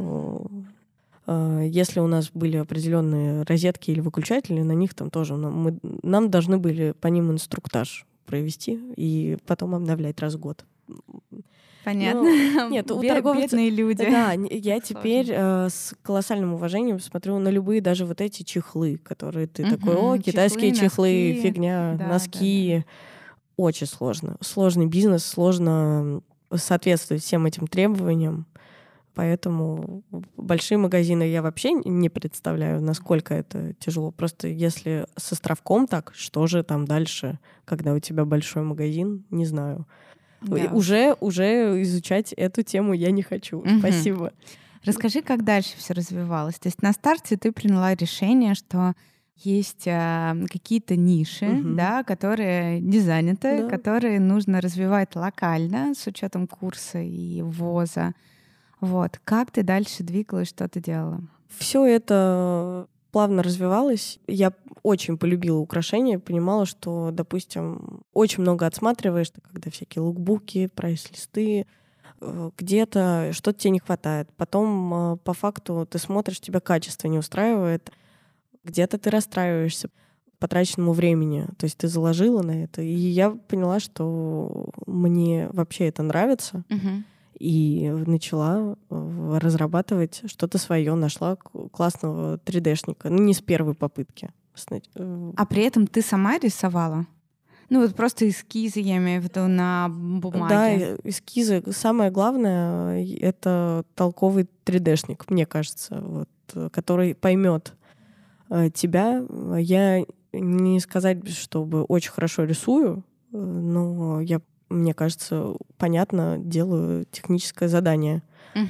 Если у нас были определенные розетки или выключатели, на них там тоже нам должны были по ним инструктаж провести и потом обновлять раз в год. Понятно. Нет, у бедные люди. Да, я теперь с колоссальным уважением смотрю на любые даже вот эти чехлы, которые ты такой, китайские чехлы, носки, фигня, носки. Да. Очень сложно. Сложный бизнес, сложно соответствовать всем этим требованиям. Поэтому большие магазины я вообще не представляю, насколько это тяжело. Просто если с островком так, что же там дальше, когда у тебя большой магазин, не знаю. Да. Уже изучать эту тему я не хочу. Спасибо. Расскажи, как дальше все развивалось. То есть на старте ты приняла решение, что есть какие-то ниши, да, которые не заняты, которые нужно развивать локально с учетом курса и ввоза. Вот. Как ты дальше двигалась, что ты делала? Все это плавно развивалось. Я очень полюбила украшения, понимала, что, допустим, очень много отсматриваешь, когда всякие лукбуки, прайс-листы, где-то что-то тебе не хватает. Потом по факту ты смотришь, тебя качество не устраивает, где-то ты расстраиваешься по потраченному времени. То есть ты заложила на это. И я поняла, что мне вообще это нравится. И начала разрабатывать что-то свое, нашла классного 3D-шника. Не с первой попытки. А при этом ты сама рисовала? Вот просто эскизы, я имею в виду, на бумаге. Да, эскизы. Самое главное — это толковый 3D-шник, мне кажется, который поймет тебя. Я не сказать, чтобы очень хорошо рисую, но мне кажется, понятно, делаю техническое задание.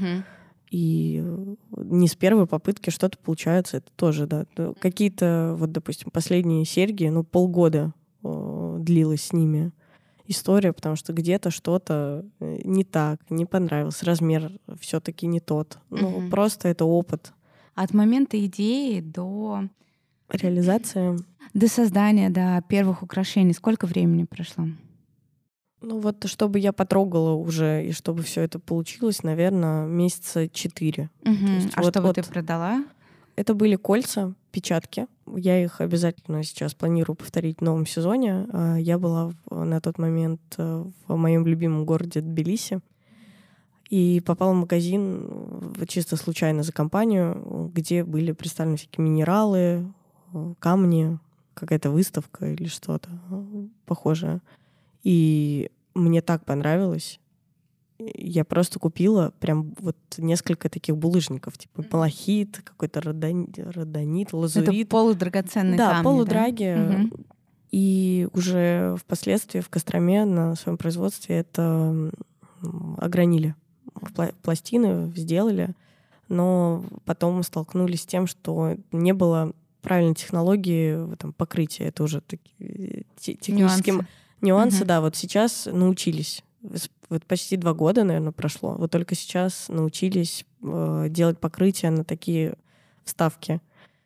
И не с первой попытки что-то получается, это тоже, да. Какие-то, допустим, последние серьги, полгода длилась с ними история, потому что где-то что-то не так, не понравилось, размер все-таки не тот. Просто это опыт. От момента идеи до реализации. До создания, до первых украшений сколько времени прошло? Чтобы я потрогала уже, и чтобы все это получилось, наверное, месяца 4. Что ты продала? Это были кольца, печатки. Я их обязательно сейчас планирую повторить в новом сезоне. Я была на тот момент в моем любимом городе Тбилиси и попала в магазин чисто случайно за компанию, где были представлены всякие минералы, камни, какая-то выставка или что-то похожее. И мне так понравилось. Я просто купила прям несколько таких булыжников, типа малахит, какой-то родонит, лазурит. Это полудрагоценные камни, да? Полудраги. И уже впоследствии в Костроме на своем производстве это огранили. Пластины сделали, но потом столкнулись с тем, что не было правильной технологии в этом покрытии. Это уже такие технические нюансы. Да, сейчас научились. Почти 2 года, наверное, прошло. Только сейчас научились делать покрытия на такие вставки.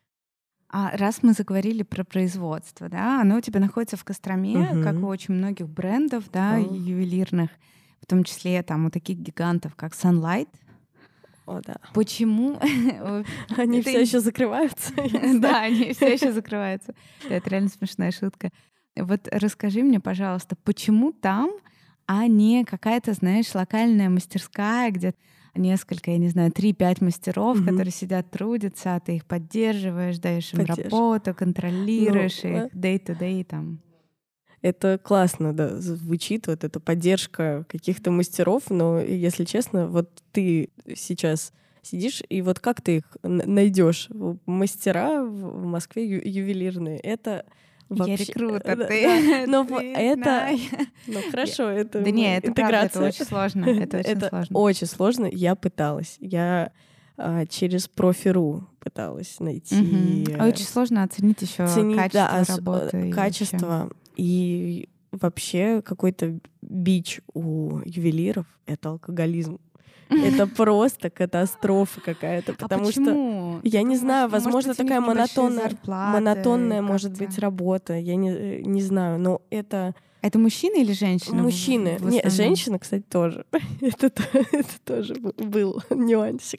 А раз мы заговорили про производство, да, оно у тебя находится в Костроме, как у очень многих брендов, да, ювелирных, в том числе там у таких гигантов, как Sunlight. О, да. Почему? Они все еще закрываются. Да, они все еще закрываются. Это реально смешная шутка. Вот расскажи мне, пожалуйста, почему там, а не какая-то, знаешь, локальная мастерская, где несколько, я не знаю, 3-5 мастеров, которые сидят, трудятся, а ты их поддерживаешь, даешь им работу, контролируешь их day-to-day там. Это классно, да, звучит, вот эта поддержка каких-то мастеров, но, если честно, вот ты сейчас сидишь, и вот как ты их найдешь? Мастера в Москве ювелирные, это вообще... Я рекрутер, ты но это... Ну, хорошо, это да нет, это правда, интеграция. Это очень сложно, это очень сложно. Очень сложно, я пыталась. Я через Профи.ру пыталась найти... Очень сложно оценить еще качество работы. Качество. И вообще какой-то бич у ювелиров — это алкоголизм. Это просто катастрофа какая-то, потому что я не знаю, возможно, такая монотонная может быть работа, я не знаю, но это... Это мужчины или женщины? Мужчины. Нет, женщины, кстати, тоже. Это тоже был нюансик.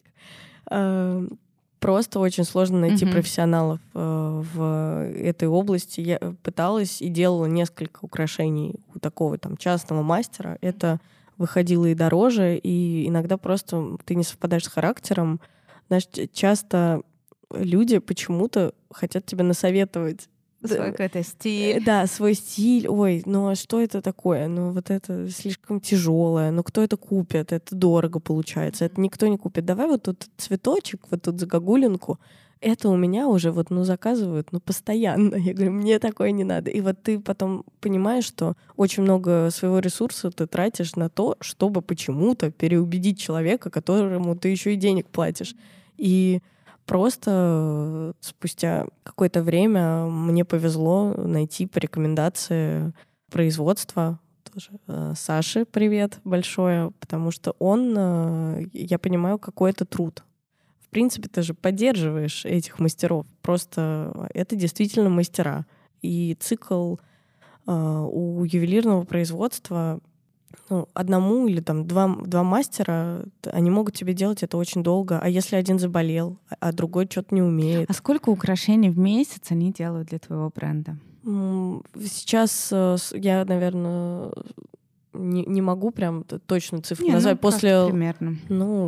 Просто очень сложно найти профессионалов в этой области. Я пыталась и делала несколько украшений у такого там частного мастера. Это выходило и дороже, и иногда просто ты не совпадаешь с характером. Знаешь, часто люди почему-то хотят тебе насоветовать. Свой какой-то стиль. Да, свой стиль. Ой, ну а что это такое? Ну вот это слишком тяжелое. Ну кто это купит? Это дорого получается. Это никто не купит. Давай вот тут цветочек, вот тут загогулинку. Это у меня уже вот, заказывают, постоянно. Я говорю, мне такое не надо. И вот ты потом понимаешь, что очень много своего ресурса ты тратишь на то, чтобы почему-то переубедить человека, которому ты еще и денег платишь. И просто спустя какое-то время мне повезло найти по рекомендации производства. Тоже Саше привет большое, потому что он, я понимаю, какой-то труд. В принципе, ты же поддерживаешь этих мастеров. Просто это действительно мастера. И цикл у ювелирного производства одному или там два мастера, они могут тебе делать это очень долго. А если один заболел, а другой что-то не умеет? А сколько украшений в месяц они делают для твоего бренда? Сейчас я, наверное, не могу прям точную цифру назвать. После примерно.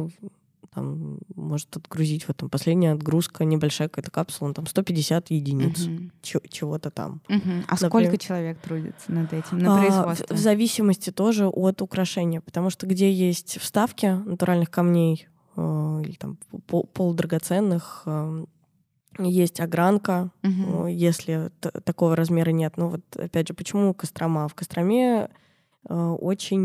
Там может отгрузить в этом последняя отгрузка, небольшая какая-то капсула, там 150 единиц чего-то там. А например, сколько человек трудится над этим, на производстве? В зависимости тоже от украшения, потому что где есть вставки натуральных камней или там полудрагоценных, есть огранка, если такого размера нет. Но вот опять же, почему Кострома? В Костроме очень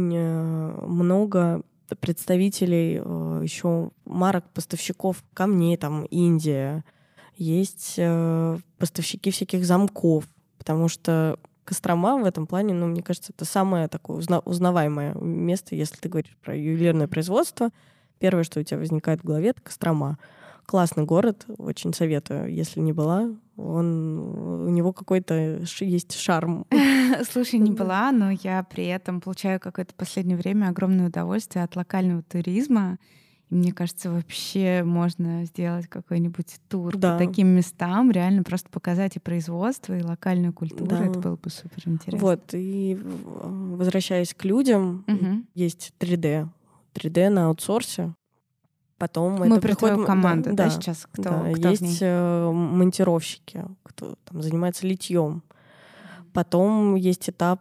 много представителей еще марок поставщиков камней, там Индия, есть поставщики всяких замков, потому что Кострома в этом плане, мне кажется, это самое такое узнаваемое место, если ты говоришь про ювелирное производство. Первое, что у тебя возникает в голове, это Кострома. Классный город, очень советую, если не была. У него какой-то есть шарм. Слушай, не была, но я при этом получаю какое-то последнее время огромное удовольствие от локального туризма. И мне кажется, вообще можно сделать какой-нибудь тур по таким местам, реально просто показать и производство, и локальную культуру. Да. Это было бы супер интересно. Вот, и возвращаясь к людям, есть 3D. 3D на аутсорсе. Потом мы приходим команду, да, сейчас кто есть монтировщики, кто там занимается литьем. Потом есть этап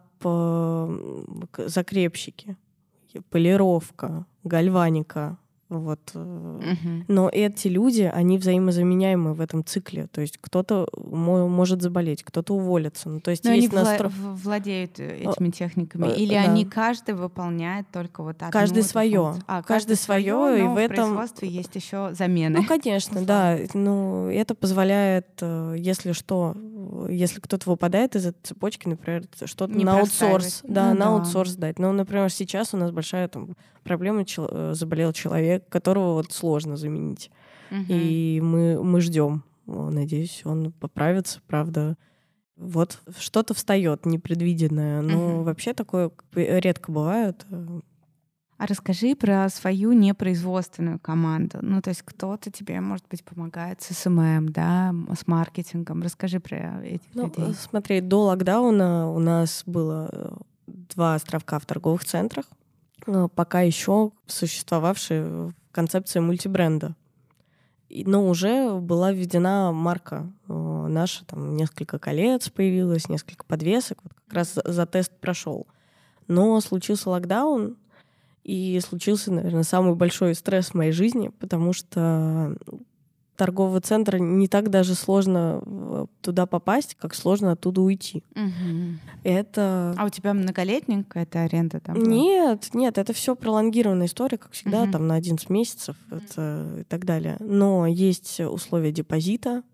закрепщики, полировка, гальваника. Вот. Но эти люди, они взаимозаменяемы в этом цикле. То есть кто-то может заболеть, кто-то уволится. То есть но есть они владеют этими техниками? Или они каждый выполняет только вот одну каждый свое. Каждый свое, и в этом производстве есть еще замены. Конечно, да. Это позволяет, если что, если кто-то выпадает из этой цепочки, например, что-то на аутсорс, на аутсорс дать. Например, сейчас у нас большая проблема, заболел человек, которого сложно заменить. И мы ждем. Надеюсь, он поправится, правда. Вот что-то встает непредвиденное, но вообще такое редко бывает. А расскажи про свою непроизводственную команду. Ну, то есть кто-то тебе, может быть, помогает с СММ, да, с маркетингом. Расскажи про этих людей. Смотри, до локдауна у нас было 2 островка в торговых центрах, пока еще существовавшие в концепции мультибренда. Но уже была введена марка наша, там несколько колец появилось, несколько подвесок, вот как раз за тест прошел. Но случился локдаун, и случился, наверное, самый большой стресс в моей жизни, потому что торгового центра не так даже сложно туда попасть, как сложно оттуда уйти. Это... А у тебя многолетняя какая-то аренда там была? Нет, это все пролонгированная история, как всегда, там на 11 месяцев и так далее. Но есть условия депозита.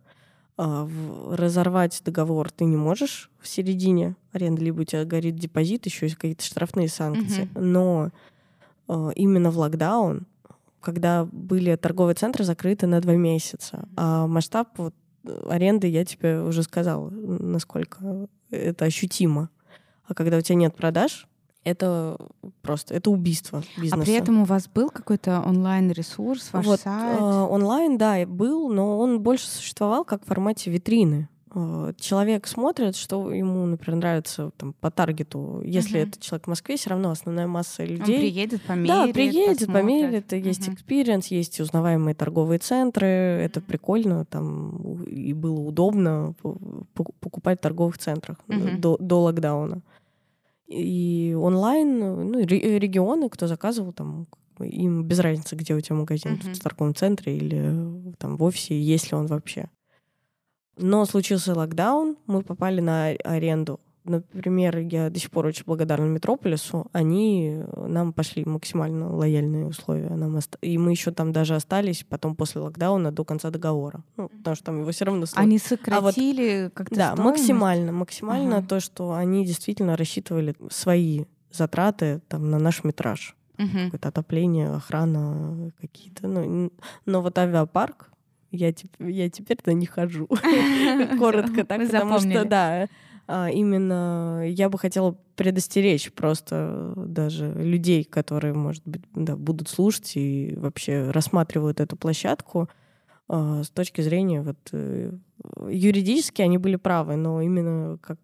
Разорвать договор ты не можешь в середине аренды, либо у тебя горит депозит, еще есть какие-то штрафные санкции. Но именно в локдаун, когда были торговые центры закрыты на 2 месяца, а масштаб аренды, я тебе уже сказала, насколько это ощутимо. А когда у тебя нет продаж, это просто это убийство бизнеса. А при этом у вас был какой-то онлайн-ресурс, ваш сайт? Онлайн, да, был, но он больше существовал как в формате витрины. Человек смотрит, что ему, например, нравится там, по таргету. Если это человек в Москве, все равно основная масса людей. Он приедет, померит, да, приедет, посмотрит. померит. Есть экспириенс, есть узнаваемые торговые центры. Это прикольно. Там и было удобно покупать в торговых центрах до локдауна. И онлайн, регионы, кто заказывал, там, им без разницы, где у тебя магазин, в торговом центре или там в офисе, есть ли он вообще. Но случился локдаун, мы попали на аренду. Например, я до сих пор очень благодарна Метрополису. Они нам пошли максимально лояльные условия. И мы еще там даже остались потом после локдауна до конца договора. Потому что там его все равно... Они сократили как-то Да, стоимость? максимально то, что они действительно рассчитывали свои затраты там, на наш метраж. Какое-то отопление, охрана какие-то. Но вот авиапарк, я теперь туда не хожу. Коротко так, потому что, да, именно я бы хотела предостеречь просто даже людей, которые, может быть, да, будут слушать и вообще рассматривают эту площадку с точки зрения юридически они были правы, но именно как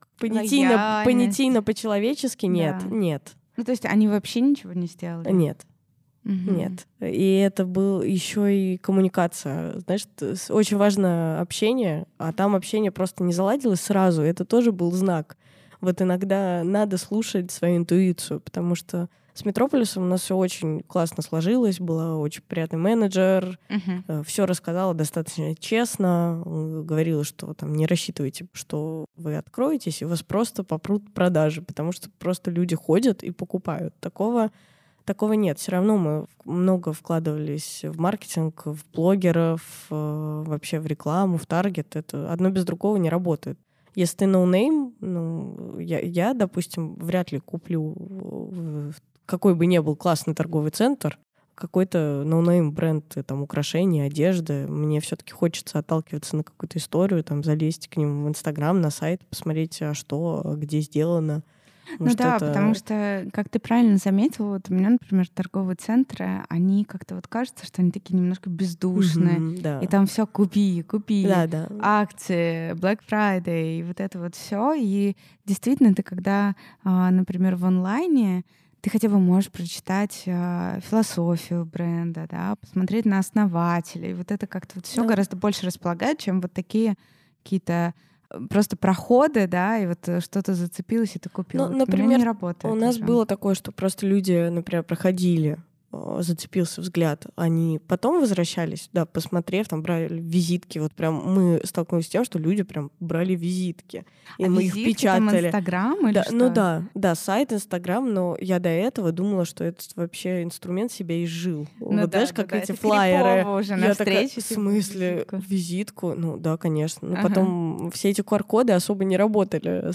понятийно по-человечески нет. Ну, то есть они вообще ничего не сделали? Нет. Нет. И это был еще и коммуникация. Знаешь, очень важно общение, а там общение просто не заладилось сразу. Это тоже был знак. Вот иногда надо слушать свою интуицию, потому что с Метрополисом у нас все очень классно сложилось, была очень приятный менеджер, все рассказала достаточно честно, говорила, что там не рассчитывайте, что вы откроетесь, и вас просто попрут продажи, потому что просто люди ходят и покупают. Такого нет. Все равно мы много вкладывались в маркетинг, в блогеров, вообще в рекламу, в таргет. Это одно без другого не работает. Если ты ноунейм, я, допустим, вряд ли куплю, какой бы ни был классный торговый центр, какой-то ноунейм бренд, там, украшений, одежды. Мне все-таки хочется отталкиваться на какую-то историю, там, залезть к ним в Инстаграм, на сайт, посмотреть, где сделано. Потому что, как ты правильно заметила, вот у меня, например, торговые центры, они как-то кажется, что они такие немножко бездушные. Да. И там все купи, да. акции, Black Friday, и вот это все. И действительно, ты когда, например, в онлайне, ты хотя бы можешь прочитать философию бренда, да, посмотреть на основателей. Вот это как-то все гораздо больше располагает, чем вот такие какие-то просто проходы, да, и что-то зацепилось, и ты купила. Например, у меня не работает. У нас было такое, что просто люди, например, проходили, зацепился взгляд, они потом возвращались, да, посмотрев, там брали визитки. Вот прям мы столкнулись с тем, что люди прям брали визитки. И мы их печатали. Там Инстаграм или да, что? Да, сайт Инстаграм, но я до этого думала, что этот вообще инструмент себя изжил. Знаешь, как эти флаеры. Уже я такая, в смысле, визитку? Ну да, конечно. Потом все эти QR-коды особо не работали.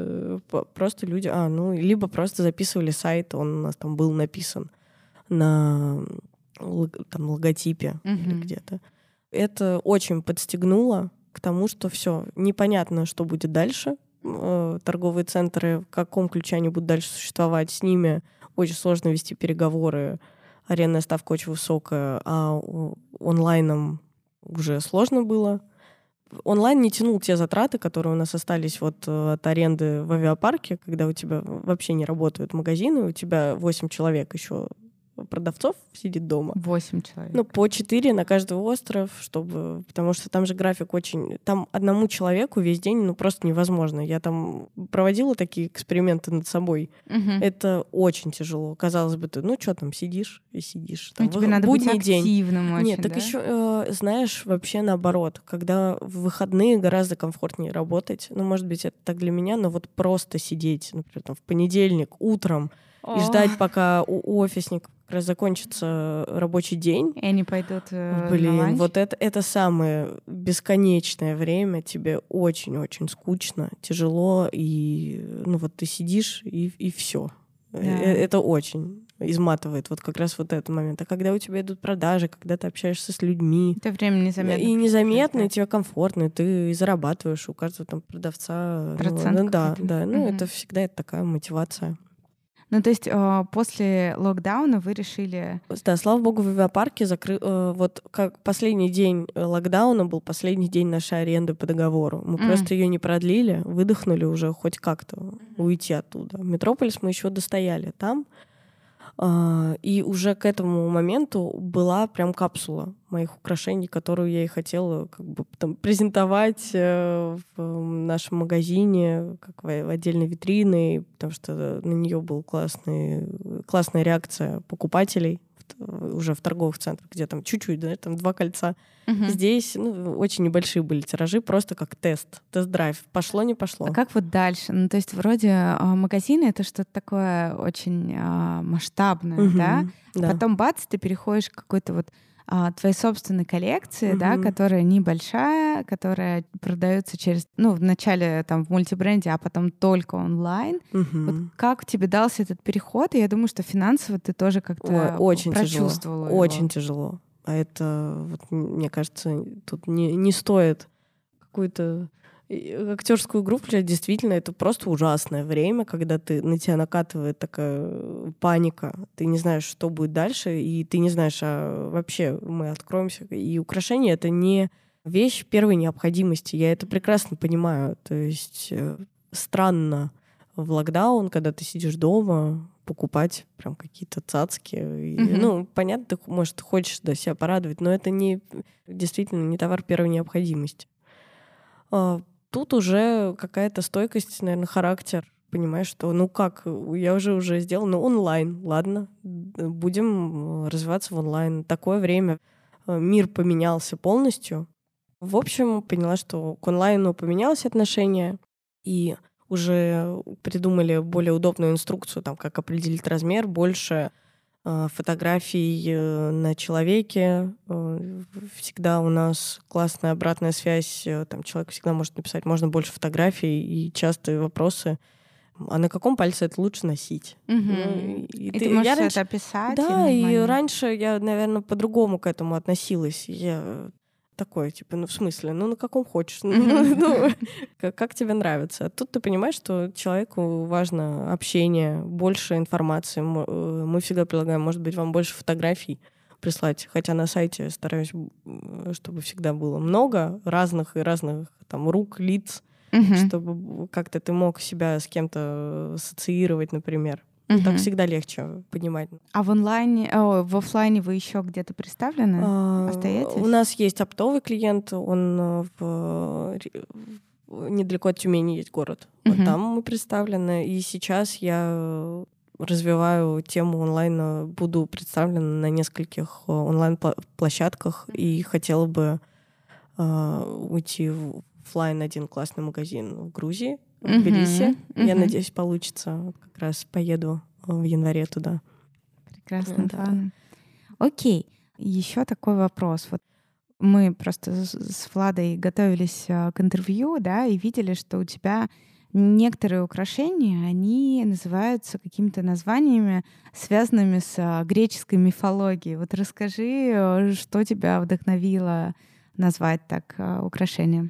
Просто люди, либо просто записывали сайт, он у нас там был написан на там, логотипе или где-то. Это очень подстегнуло к тому, что все непонятно, что будет дальше. Торговые центры, в каком ключе они будут дальше существовать, с ними очень сложно вести переговоры, арендная ставка очень высокая, а онлайном уже сложно было. Онлайн не тянул те затраты, которые у нас остались вот от аренды в авиапарке, когда у тебя вообще не работают магазины, у тебя 8 человек еще продавцов сидит дома. 8 человек. Ну, по 4 на каждый остров, потому что там же график очень... Там одному человеку весь день, просто невозможно. Я там проводила такие эксперименты над собой. Это очень тяжело. Казалось бы, ты, что там, сидишь и сидишь. Там, тебе надо быть активным день. очень, Нет, так еще, знаешь, вообще наоборот. Когда в выходные гораздо комфортнее работать. Может быть, это так для меня, но вот просто сидеть, например, там, в понедельник утром и ждать, пока у офисников как раз закончится рабочий день. И они пойдут на ланч. Вот это самое бесконечное время. Тебе очень-очень скучно, тяжело, и вот ты сидишь, и все. Да. Это очень изматывает вот как раз вот этот момент. А когда у тебя идут продажи, когда ты общаешься с людьми... Это время незаметно. И незаметно, и тебе комфортно, и ты зарабатываешь у каждого там продавца. Процент да. Это всегда такая мотивация. То есть после локдауна вы решили... Да, слава богу, в авиапарке вот как последний день локдауна был последний день нашей аренды по договору. Мы просто ее не продлили, выдохнули уже хоть как-то уйти оттуда. Метрополис мы еще достояли там. И уже к этому моменту была прям капсула моих украшений, которую я и хотела презентовать в нашем магазине, как в отдельной витрине, потому что на нее была классная реакция покупателей уже в торговых центрах, где там чуть-чуть, да, там 2 кольца. Здесь очень небольшие были тиражи, просто как тест-драйв. Пошло, не пошло. А как вот дальше? То есть вроде магазины — это что-то такое очень масштабное, да? Да. Потом бац, ты переходишь к какой-то вот твоей собственной коллекции, да, которая небольшая, которая продается через, вначале там в мультибренде, а потом только онлайн. Вот как тебе дался этот переход? И я думаю, что финансово ты тоже как-то прочувствовала его. Очень тяжело. А это, мне кажется, тут не стоит какую-то актерскую игру включать. Действительно, это просто ужасное время, когда на тебя накатывает такая паника. Ты не знаешь, что будет дальше, и ты не знаешь, а вообще мы откроемся. И украшения — это не вещь первой необходимости. Я это прекрасно понимаю. То есть странно в локдаун, когда ты сидишь дома, покупать прям какие-то цацки. Понятно, ты, может, хочешь себя порадовать, но это действительно не товар первой необходимости. Тут уже какая-то стойкость, наверное, характер. Понимаешь, что я уже сделал, онлайн, ладно, будем развиваться в онлайн. Такое время, мир поменялся полностью. В общем, поняла, что к онлайну поменялось отношение, и уже придумали более удобную инструкцию, как определить размер, больше фотографий на человеке. Всегда у нас классная обратная связь. Человек всегда может написать, можно больше фотографий, и частые вопросы. А на каком пальце это лучше носить? И ты можешь это описать? Да, и раньше я, наверное, по-другому к этому относилась. Я такой, в смысле, на каком хочешь, как тебе нравится. А тут ты понимаешь, что человеку важно общение, больше информации. Мы всегда предлагаем, может быть, вам больше фотографий прислать, хотя на сайте стараюсь, чтобы всегда было много разных рук, лиц, чтобы как-то ты мог себя с кем-то ассоциировать, например. Так всегда легче понимать. А в офлайне вы еще где-то представлены? Остаетесь? У нас есть оптовый клиент, он недалеко от Тюмени есть город. Вот там мы представлены. И сейчас я развиваю тему онлайна, буду представлена на нескольких онлайн-площадках и хотела бы уйти в офлайн один классный магазин в Грузии, в Тбилиси. Я надеюсь, получится. Как раз поеду в январе туда. Прекрасно. Да. Окей. Еще такой вопрос. Вот мы просто с Владой готовились к интервью, да, и видели, что у тебя некоторые украшения, они называются какими-то названиями, связанными с греческой мифологией. Вот расскажи, что тебя вдохновило назвать так украшение?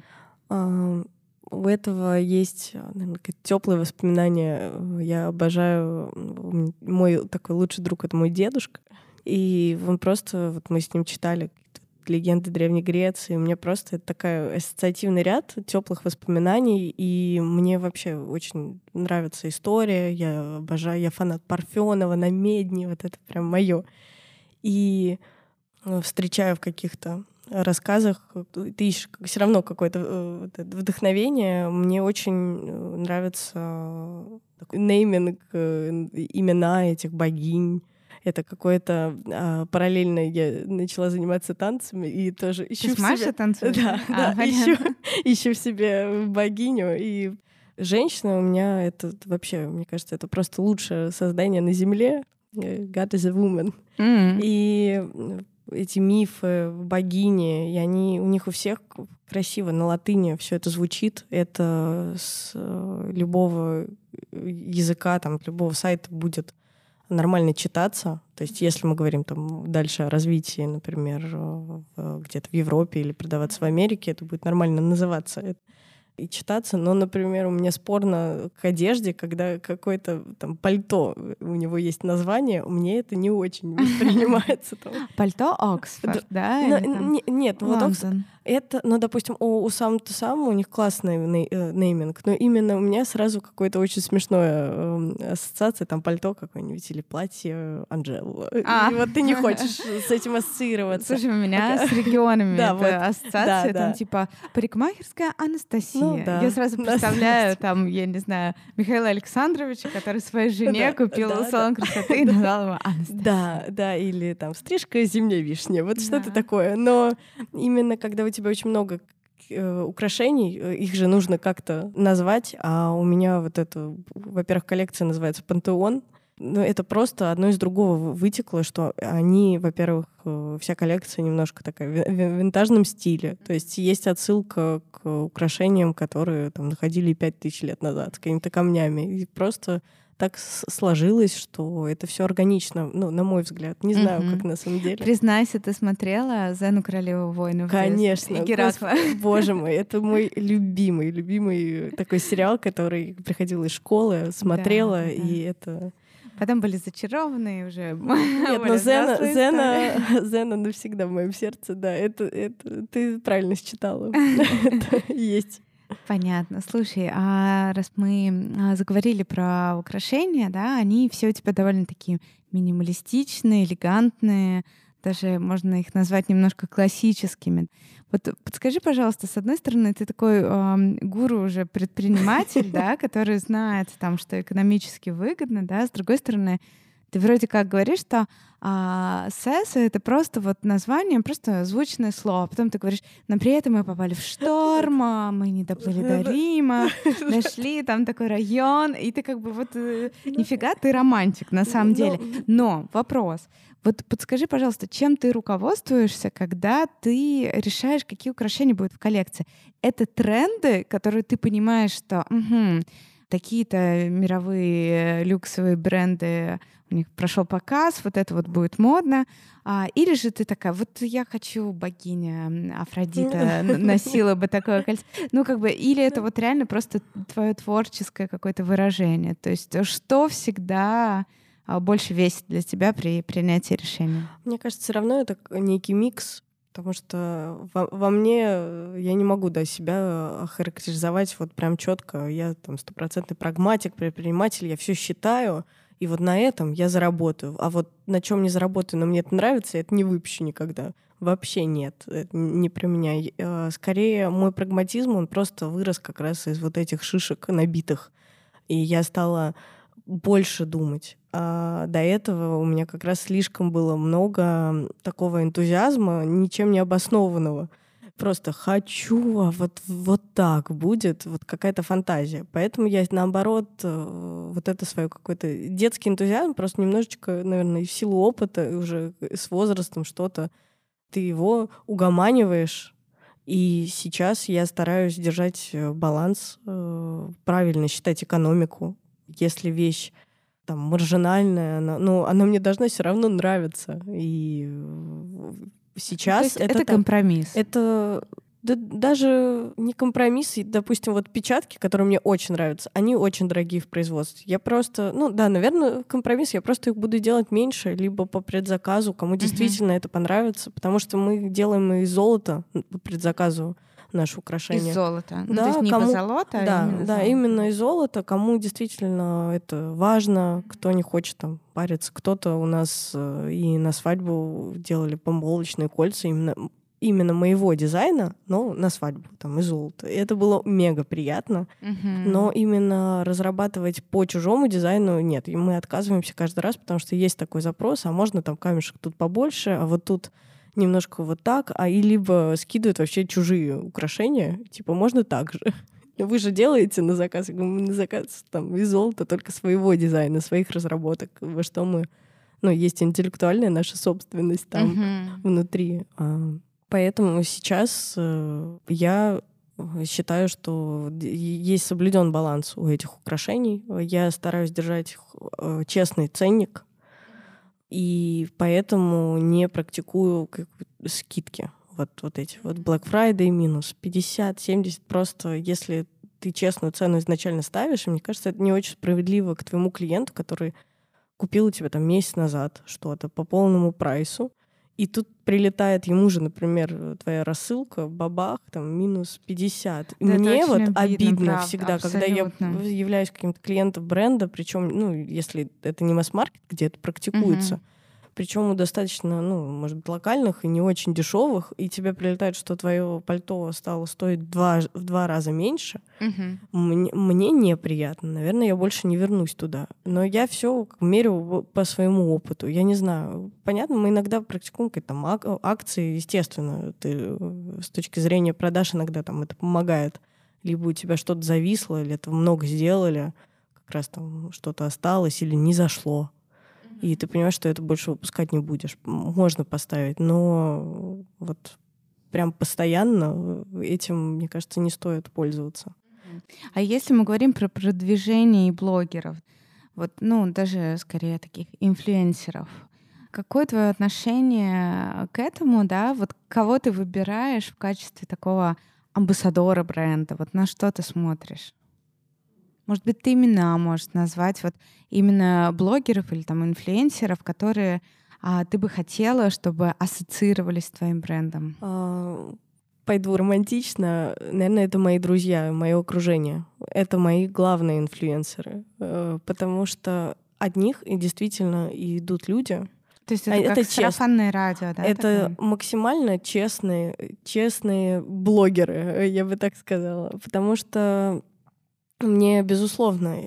У этого есть, наверное, теплые воспоминания. Я обожаю... Мой такой лучший друг — это мой дедушка. И он просто... Вот мы с ним читали легенды Древней Греции. У меня просто это такой ассоциативный ряд теплых воспоминаний. И мне вообще очень нравится история. Я обожаю... Я фанат Парфенова, Намедни. Вот это прям моё. И встречаю в каких-то рассказах, ты ищешь все равно какое-то вдохновение. Мне очень нравится такой нейминг, имена этих богинь. Это какое-то параллельно я начала заниматься танцами и тоже ищу в себе... танцуешь? Да, ищу в себе богиню. И женщина у меня это вообще, мне кажется, это просто лучшее создание на Земле. God is a woman. И эти мифы, богини, и они у них у всех красиво на латыни все это звучит. Это с любого языка, там, любого сайта будет нормально читаться. То есть если мы говорим там дальше о развитии, например, где-то в Европе или продаваться в Америке, это будет нормально называться и читаться. Но, например, у меня спорно к одежде, когда какое-то там пальто, у него есть название, мне это не очень воспринимается. Пальто Оксфорд, да? Нет, вот Оксфорд. Это, ну, допустим, у Сам-то-Сам у них классный нейминг, но именно у меня сразу какое-то очень смешное ассоциация, там пальто какое-нибудь или платье Анжелы. И вот ты не хочешь с этим ассоциироваться. Слушай, у меня с регионами ассоциация, там типа парикмахерская Анастасия. Я сразу представляю, там, я не знаю, Михаила Александровича, который своей жене купил салон красоты и назвал его Анастасия. Да, или там стрижка зимняя вишня, вот что-то такое. Но именно когда у тебя очень много украшений, их же нужно как-то назвать, а у меня вот это, во-первых, коллекция называется «Пантеон». Но это просто одно из другого вытекло, что они, во-первых, вся коллекция немножко такая в винтажном стиле. То есть есть отсылка к украшениям, которые там находили 5000 лет назад, с какими-то камнями. И просто так сложилось, что это все органично, ну, на мой взгляд. Не знаю, как на самом деле. Признайся, ты смотрела «Зену Королеву воинов»? Конечно. И Геракла. Боже мой, это мой любимый такой сериал, который приходил из школы, смотрела, и это... Потом были зачарованные уже. Нет, но Зена навсегда в моем сердце, да. Это ты правильно считала. Это есть. Понятно. Слушай, а раз мы заговорили про украшения, да, они все у тебя довольно такие минималистичные, элегантные, даже можно их назвать немножко классическими. Вот подскажи, пожалуйста, с одной стороны, ты такой гуру уже предприниматель, да, который знает, там, что экономически выгодно, да, с другой стороны, ты вроде как говоришь, что СЭС — это просто вот название, просто звучное слово. Потом ты говоришь, но при этом мы попали в шторм, мы не доплыли до Рима, нашли там такой район, и ты как бы вот нифига ты романтик на самом деле. Но вопрос. Вот подскажи, пожалуйста, чем ты руководствуешься, когда ты решаешь, какие украшения будут в коллекции? Это тренды, которые ты понимаешь, что такие-то мировые люксовые бренды, у них прошел показ, вот это вот будет модно. Или же ты такая, вот я хочу, богиня Афродита носила бы такое кольцо. Ну, как бы, или это вот реально просто твое творческое какое-то выражение. То есть что всегда больше весит для тебя при принятии решения? Мне кажется, все равно это некий микс, потому что во мне я не могу себя охарактеризовать вот прям четко. Я там стопроцентный прагматик, предприниматель, я все считаю, и вот на этом я заработаю. А вот на чем не заработаю, но мне это нравится, я это не выпущу никогда. Вообще нет, это не про меня. Скорее, мой прагматизм, он просто вырос как раз из вот этих шишек набитых. И я стала больше думать. А до этого у меня как раз слишком было много такого энтузиазма, ничем не обоснованного. Просто хочу, а вот так будет, вот какая-то фантазия. Поэтому я, наоборот, вот это свой какой-то детский энтузиазм, просто немножечко, наверное, в силу опыта, уже с возрастом что-то, ты его угоманиваешь. И сейчас я стараюсь держать баланс, правильно считать экономику. Если вещь там маржинальная, она мне должна все равно нравиться. И сейчас это так. компромисс. Это даже не компромисс. Допустим, вот печатки, которые мне очень нравятся, они очень дорогие в производстве. Я просто, наверное, компромисс. Я просто их буду делать меньше, либо по предзаказу, кому действительно это понравится. Потому что мы делаем из золота по предзаказу наши украшения. Из золота. Да, то есть не позолота, а именно золото. Именно из золота. Кому действительно это важно, кто не хочет там париться. Кто-то у нас и на свадьбу делали помолвочные кольца именно моего дизайна, но на свадьбу, там, из золота. И это было мега приятно. Но именно разрабатывать по чужому дизайну нет. И мы отказываемся каждый раз, потому что есть такой запрос, а можно там камешек тут побольше, а вот тут немножко вот так, и либо скидывают вообще чужие украшения, типа, можно так же. Вы же делаете на заказ. Я говорю, мы на заказ там из золота только своего дизайна, своих разработок, во что мы... есть интеллектуальная наша собственность там внутри. Поэтому сейчас я считаю, что есть соблюден баланс у этих украшений. Я стараюсь держать честный ценник, и поэтому не практикую скидки. Вот эти вот Black Friday минус 50-70. Просто если ты честную цену изначально ставишь, и мне кажется, это не очень справедливо к твоему клиенту, который купил у тебя там месяц назад что-то по полному прайсу, и тут прилетает ему же, например, твоя рассылка, бабах, там, минус 50. И мне вот обидно правда, всегда, абсолютно. Когда я являюсь каким-то клиентом бренда, причем, если это не масс-маркет, где это практикуется, причем у достаточно, может быть, локальных и не очень дешевых, и тебе прилетает, что твое пальто стало стоить в два раза меньше, мне неприятно. Наверное, я больше не вернусь туда. Но я все мерю по своему опыту. Я не знаю. Понятно, мы иногда практикуем какие-то там акции, естественно. Ты с точки зрения продаж иногда там это помогает. Либо у тебя что-то зависло, или этого много сделали, как раз там что-то осталось или не зашло. И ты понимаешь, что это больше выпускать не будешь. Можно поставить, но вот прям постоянно этим, мне кажется, не стоит пользоваться. А если мы говорим про продвижение и блогеров, даже скорее таких инфлюенсеров, какое твое отношение к этому, да? Вот кого ты выбираешь в качестве такого амбассадора бренда? Вот на что ты смотришь? Может быть, ты имена можешь назвать, вот именно блогеров или там инфлюенсеров, которые ты бы хотела, чтобы ассоциировались с твоим брендом? Пойду романтично. Наверное, это мои друзья, мое окружение. Это мои главные инфлюенсеры. Потому что от них и действительно идут люди. То есть это как сарафанное радио, да? Это такое? максимально честные блогеры, я бы так сказала. Потому что мне, безусловно,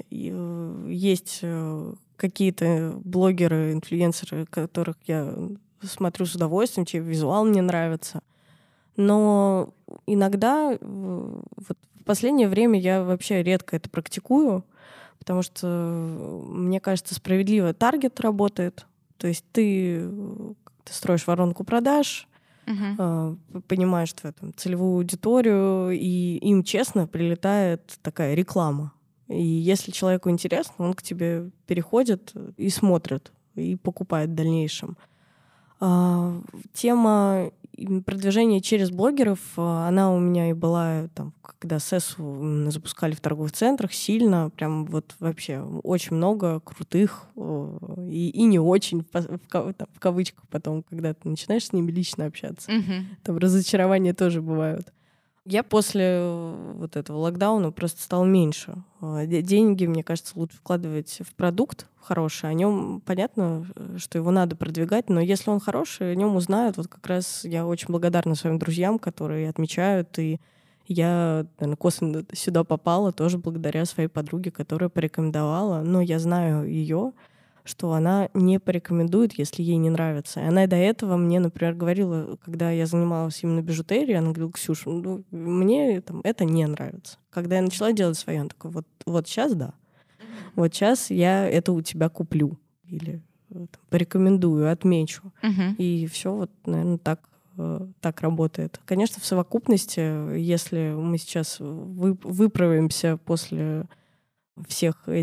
есть какие-то блогеры, инфлюенсеры, которых я смотрю с удовольствием, чей визуал мне нравится. Но иногда, вот в последнее время я вообще редко это практикую, потому что, мне кажется, справедливо таргет работает. То есть ты строишь воронку продаж, понимаешь твою целевую аудиторию, и им честно прилетает такая реклама. И если человеку интересно, он к тебе переходит и смотрит, и покупает в дальнейшем. Тема продвижения через блогеров, она у меня и была, когда СЭСу запускали в торговых центрах, сильно, прям вот вообще очень много крутых и не очень, в кавычках потом, когда ты начинаешь с ними лично общаться. Там разочарования тоже бывают. Я после вот этого локдауна просто стал меньше. Деньги, мне кажется, лучше вкладывать в продукт хороший. О нем понятно, что его надо продвигать, но если он хороший, о нем узнают. Вот как раз я очень благодарна своим друзьям, которые отмечают, и я, наверное, косвенно сюда попала тоже благодаря своей подруге, которая порекомендовала. Но я знаю ее, что она не порекомендует, если ей не нравится. И она и до этого мне, например, говорила, когда я занималась именно бижутерией, она говорила: Ксюш, мне это не нравится. Когда я начала делать свое, она такая: вот сейчас да. Вот сейчас я это у тебя куплю. Или порекомендую, отмечу. И все вот, наверное, так работает. Конечно, в совокупности, если мы сейчас выправимся после всех этих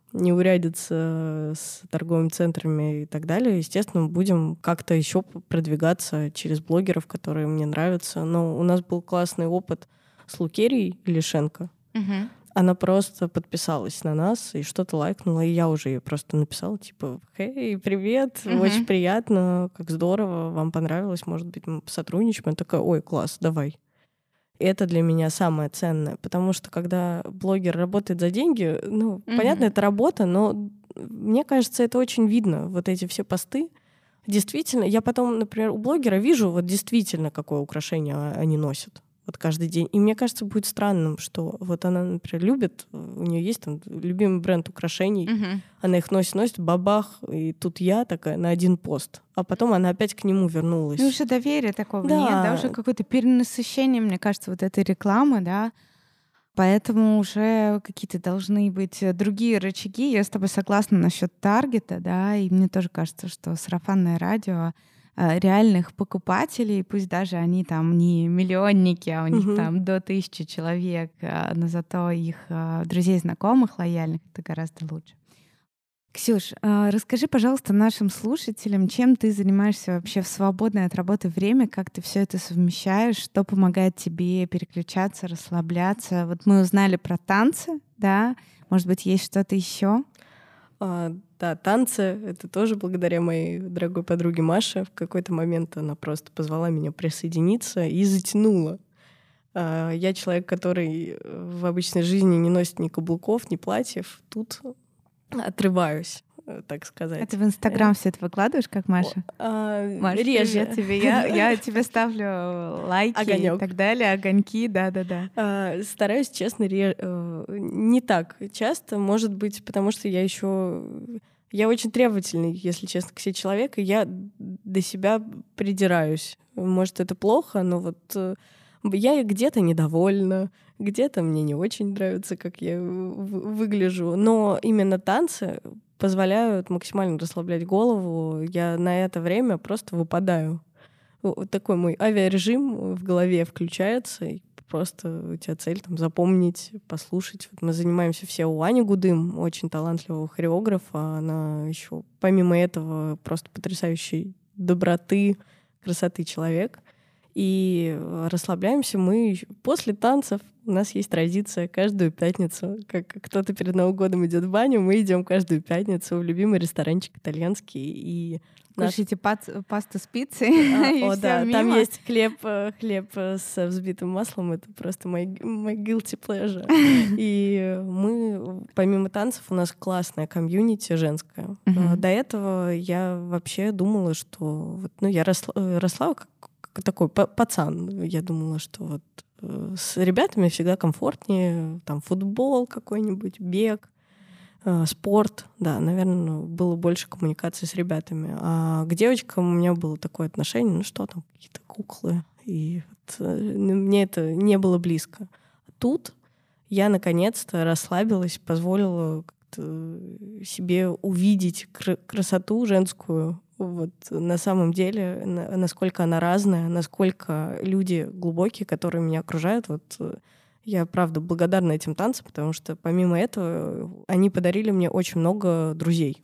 урядится с торговыми центрами и так далее, естественно, будем как-то еще продвигаться через блогеров, которые мне нравятся. Но у нас был классный опыт с Лукерией Лишенко. Мгм. Она просто подписалась на нас и что-то лайкнула, и я уже ей просто написала, типа, «Хей, привет, очень приятно, как здорово, вам понравилось, может быть, мы сотрудничаем». Она такая, «Ой, класс, давай». И это для меня самое ценное, потому что когда блогер работает за деньги, ну, понятно, это работа, но мне кажется, это очень видно, вот эти все посты. Действительно, я потом, например, у блогера вижу вот действительно, какое украшение они носят вот каждый день. И мне кажется, будет странным, что вот она, например, любит, у нее есть там любимый бренд украшений, она их носит, бабах, и тут я такая на один пост. А потом она опять к нему вернулась. Ну, уже доверия такого Да. нет, да, уже какое-то перенасыщение, мне кажется, вот этой рекламы, да. Поэтому уже какие-то должны быть другие рычаги. Я с тобой согласна насчет таргета, да, и мне тоже кажется, что сарафанное радио реальных покупателей, пусть даже они там не миллионники, а у них там до 1000 человек, но зато их друзей, знакомых, лояльных, это гораздо лучше. Ксюш, расскажи, пожалуйста, нашим слушателям, чем ты занимаешься вообще в свободное от работы время, как ты все это совмещаешь, что помогает тебе переключаться, расслабляться. Вот мы узнали про танцы, да, может быть, есть что-то еще? Да, танцы — это тоже благодаря моей дорогой подруге Маше. В какой-то момент она просто позвала меня присоединиться и затянула. Я человек, который в обычной жизни не носит ни каблуков, ни платьев. Тут отрываюсь, так сказать. А ты в Инстаграм все это выкладываешь, как Маша? Маша, реже. привет тебе. Я тебе ставлю лайки Огонёк. и так далее, огоньки, да-да-да. Стараюсь, честно, не так часто, может быть, потому что я очень требовательный, если честно, к себе человек, и я до себя придираюсь. Может, это плохо, но вот я где-то недовольна, где-то мне не очень нравится, как я выгляжу. Но именно танцы позволяют максимально расслаблять голову. Я на это время просто выпадаю. Вот такой мой авиарежим в голове включается, и просто у тебя цель там запомнить, послушать. Вот мы занимаемся все у Ани Гудым, очень талантливого хореографа. Она еще помимо этого просто потрясающей доброты, красоты человек. И расслабляемся мы после танцев. У нас есть традиция каждую пятницу, как кто-то перед Новым годом идет в баню, мы идем каждую пятницу в любимый ресторанчик итальянский. И кушайте пасту с пиццей. О, да, там есть хлеб с взбитым маслом. Это просто мой guilty pleasure. И мы, помимо танцев, у нас классная комьюнити женская. До этого я вообще думала, что я росла как такой пацан. Я думала, что вот с ребятами всегда комфортнее. Там футбол какой-нибудь, бег, спорт. Да, наверное, было больше коммуникации с ребятами. А к девочкам у меня было такое отношение, ну что там, какие-то куклы. И вот, мне это не было близко. Тут я наконец-то расслабилась, позволила как-то себе увидеть красоту женскую. Вот на самом деле, насколько она разная, насколько люди глубокие, которые меня окружают. Вот я, правда, благодарна этим танцам, потому что помимо этого они подарили мне очень много друзей.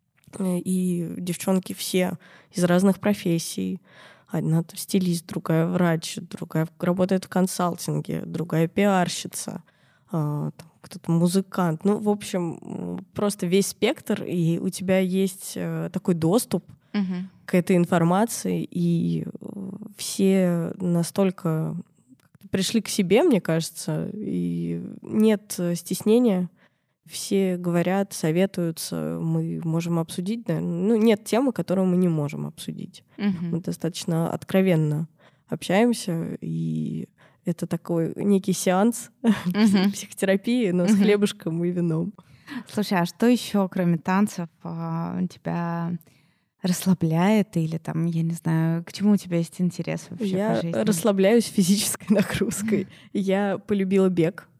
И девчонки все из разных профессий. Одна стилист, другая врач, другая работает в консалтинге, другая пиарщица, кто-то музыкант. Ну, в общем, просто весь спектр, и у тебя есть такой доступ к этой информации, и все настолько пришли к себе, мне кажется, и нет стеснения. Все говорят, советуются, мы можем обсудить, наверное. Ну, нет темы, которую мы не можем обсудить. Мы достаточно откровенно общаемся, и это такой некий сеанс психотерапии, но с хлебушком и вином. Слушай, а что еще, кроме танцев, тебя расслабляет или там, я не знаю, к чему у тебя есть интерес вообще по жизни? Я расслабляюсь физической нагрузкой. Я полюбила бег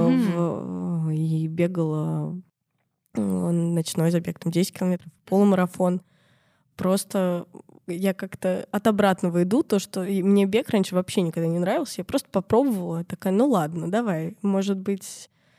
и бегала ночной забег, там 10 километров, полумарафон. Просто я как-то от обратного иду, то, что мне бег раньше вообще никогда не нравился. Я просто попробовала, такая, ну ладно, давай, может быть,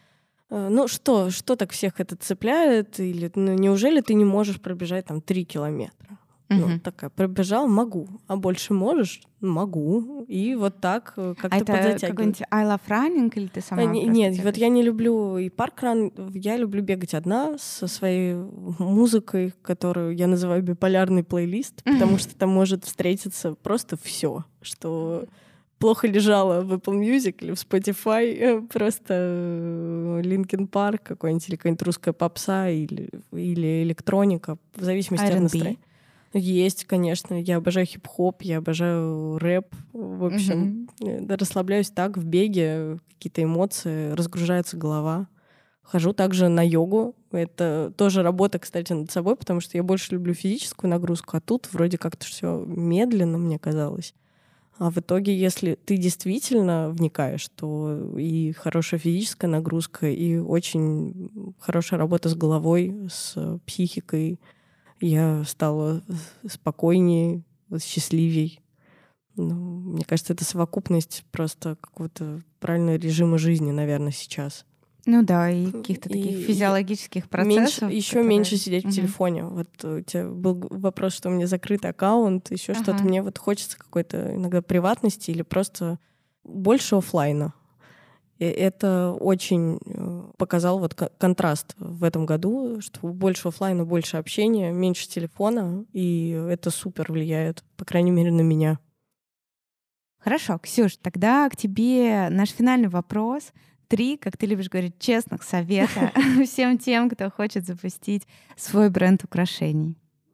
Ну что так всех это цепляет? Или неужели ты не можешь пробежать там 3 километра? Ну, такая, пробежал, могу. А больше можешь? Могу. И вот так как-то это подзатягивать. какой-нибудь I love running или ты сама просто Нет, вот бегаешь? я не люблю и паркран, я люблю бегать одна со своей музыкой, которую я называю биполярный плейлист, потому что там может встретиться просто все, что плохо лежало в Apple Music или в Spotify, просто Linkin Park какой-нибудь или какая-нибудь русская попса или электроника, в зависимости от R&B. настроения. Есть, конечно. Я обожаю хип-хоп, я обожаю рэп. В общем, расслабляюсь так в беге, какие-то эмоции, разгружается голова. Хожу также на йогу. Это тоже работа, кстати, над собой, потому что я больше люблю физическую нагрузку, а тут вроде как-то все медленно, мне казалось. А в итоге, если ты действительно вникаешь, то и хорошая физическая нагрузка, и очень хорошая работа с головой, с психикой. Я стала спокойнее, счастливей. Ну, мне кажется, это совокупность просто какого-то правильного режима жизни, наверное, сейчас. Ну да, и каких-то таких физиологических процессов. Еще меньше сидеть в телефоне. Вот у тебя был вопрос, что у меня закрытый аккаунт, еще что-то. Мне вот хочется какой-то иногда приватности или просто больше офлайна. И это очень показал вот контраст в этом году, что больше офлайна, больше общения, меньше телефона, и это супер влияет, по крайней мере, на меня. Хорошо, Ксюш, тогда к тебе наш финальный вопрос. 3, как ты любишь говорить, честных совета всем тем, кто хочет запустить свой бренд украшений.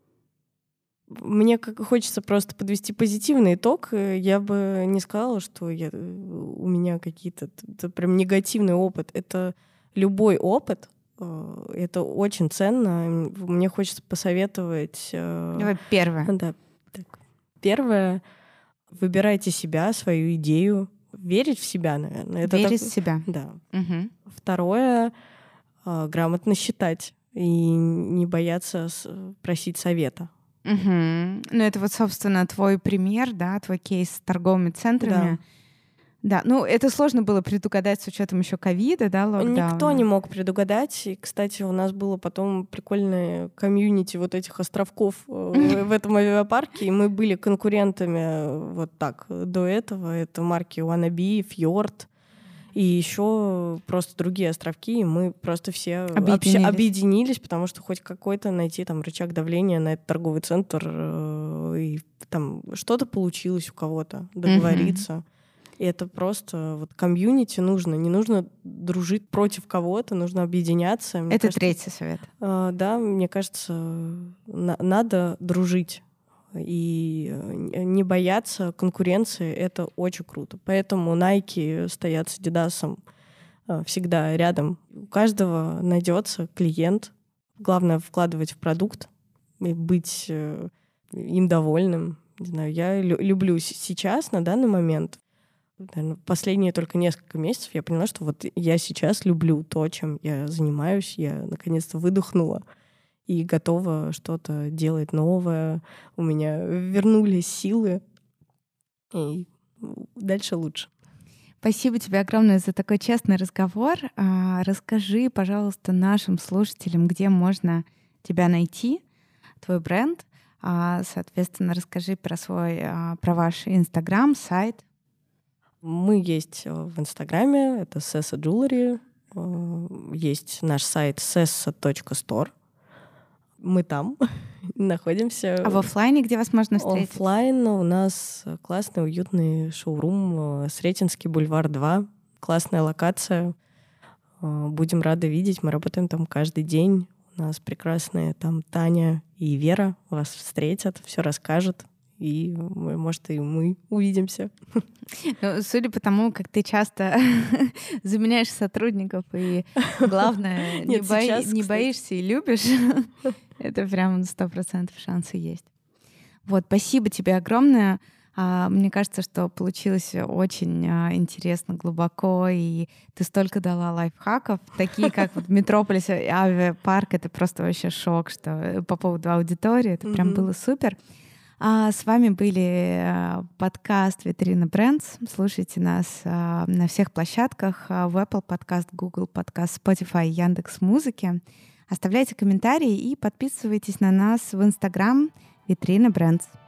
Мне хочется просто подвести позитивный итог. Я бы не сказала, что у меня какие-то прям негативный опыт. Это любой опыт. Это очень ценно. Мне хочется посоветовать... Давай первое. Да. Так. Первое. Выбирайте себя, свою идею. Верить в себя, наверное. Верить в себя. Да. Второе. Грамотно считать. И не бояться просить совета. Ну, это вот, собственно, твой пример, да, твой кейс с торговыми центрами. Да, ну, это сложно было предугадать с учетом еще ковида, да, локдауна. Никто не мог предугадать. И, кстати, у нас было потом прикольное комьюнити вот этих островков в этом авиапарке, и мы были конкурентами вот так до этого. Это марки Wannabe, Fjord, и еще просто другие островки, и мы просто все объединились, потому что хоть какой-то найти там рычаг давления на этот торговый центр, и там что-то получилось у кого-то, договориться. И это просто вот комьюнити нужно. Не нужно дружить против кого-то, нужно объединяться. Это третий совет. Да, мне кажется, надо дружить. И не бояться конкуренции — это очень круто. Поэтому Nike стоят с Adidas всегда рядом. У каждого найдется клиент. Главное — вкладывать в продукт и быть им довольным. Не знаю, я люблю сейчас, на данный момент, наверное, последние только несколько месяцев я поняла, что вот я сейчас люблю то, чем я занимаюсь. Я наконец-то выдохнула и готова что-то делать новое. У меня вернулись силы, и дальше лучше. Спасибо тебе огромное за такой честный разговор. Расскажи, пожалуйста, нашим слушателям, где можно тебя найти, твой бренд. Соответственно, расскажи про ваш Инстаграм, сайт. Мы есть в Инстаграме, это Sessa Jewelry. Есть наш сайт sessa.store. Мы там находимся. А в офлайне где вас можно встретить? Офлайн у нас классный, уютный шоурум Сретенский бульвар 2. Классная локация. Будем рады видеть. Мы работаем там каждый день. У нас прекрасные там Таня и Вера вас встретят, все расскажут. И, может, и мы увидимся. Ну, судя по тому, как ты часто заменяешь сотрудников, и главное, не боишься и любишь, это прям 100% шансы есть. Вот, спасибо тебе огромное. Мне кажется, что получилось очень интересно, глубоко, и ты столько дала лайфхаков, такие как вот Метрополис авиапарк, это просто вообще шок, что по поводу аудитории, это прям было супер. С вами были подкаст «Витрина Брендс». Слушайте нас на всех площадках: в Apple Podcast, Google Podcast, Spotify, Яндекс.Музыке. Оставляйте комментарии и подписывайтесь на нас в Instagram «Витрина Брендс».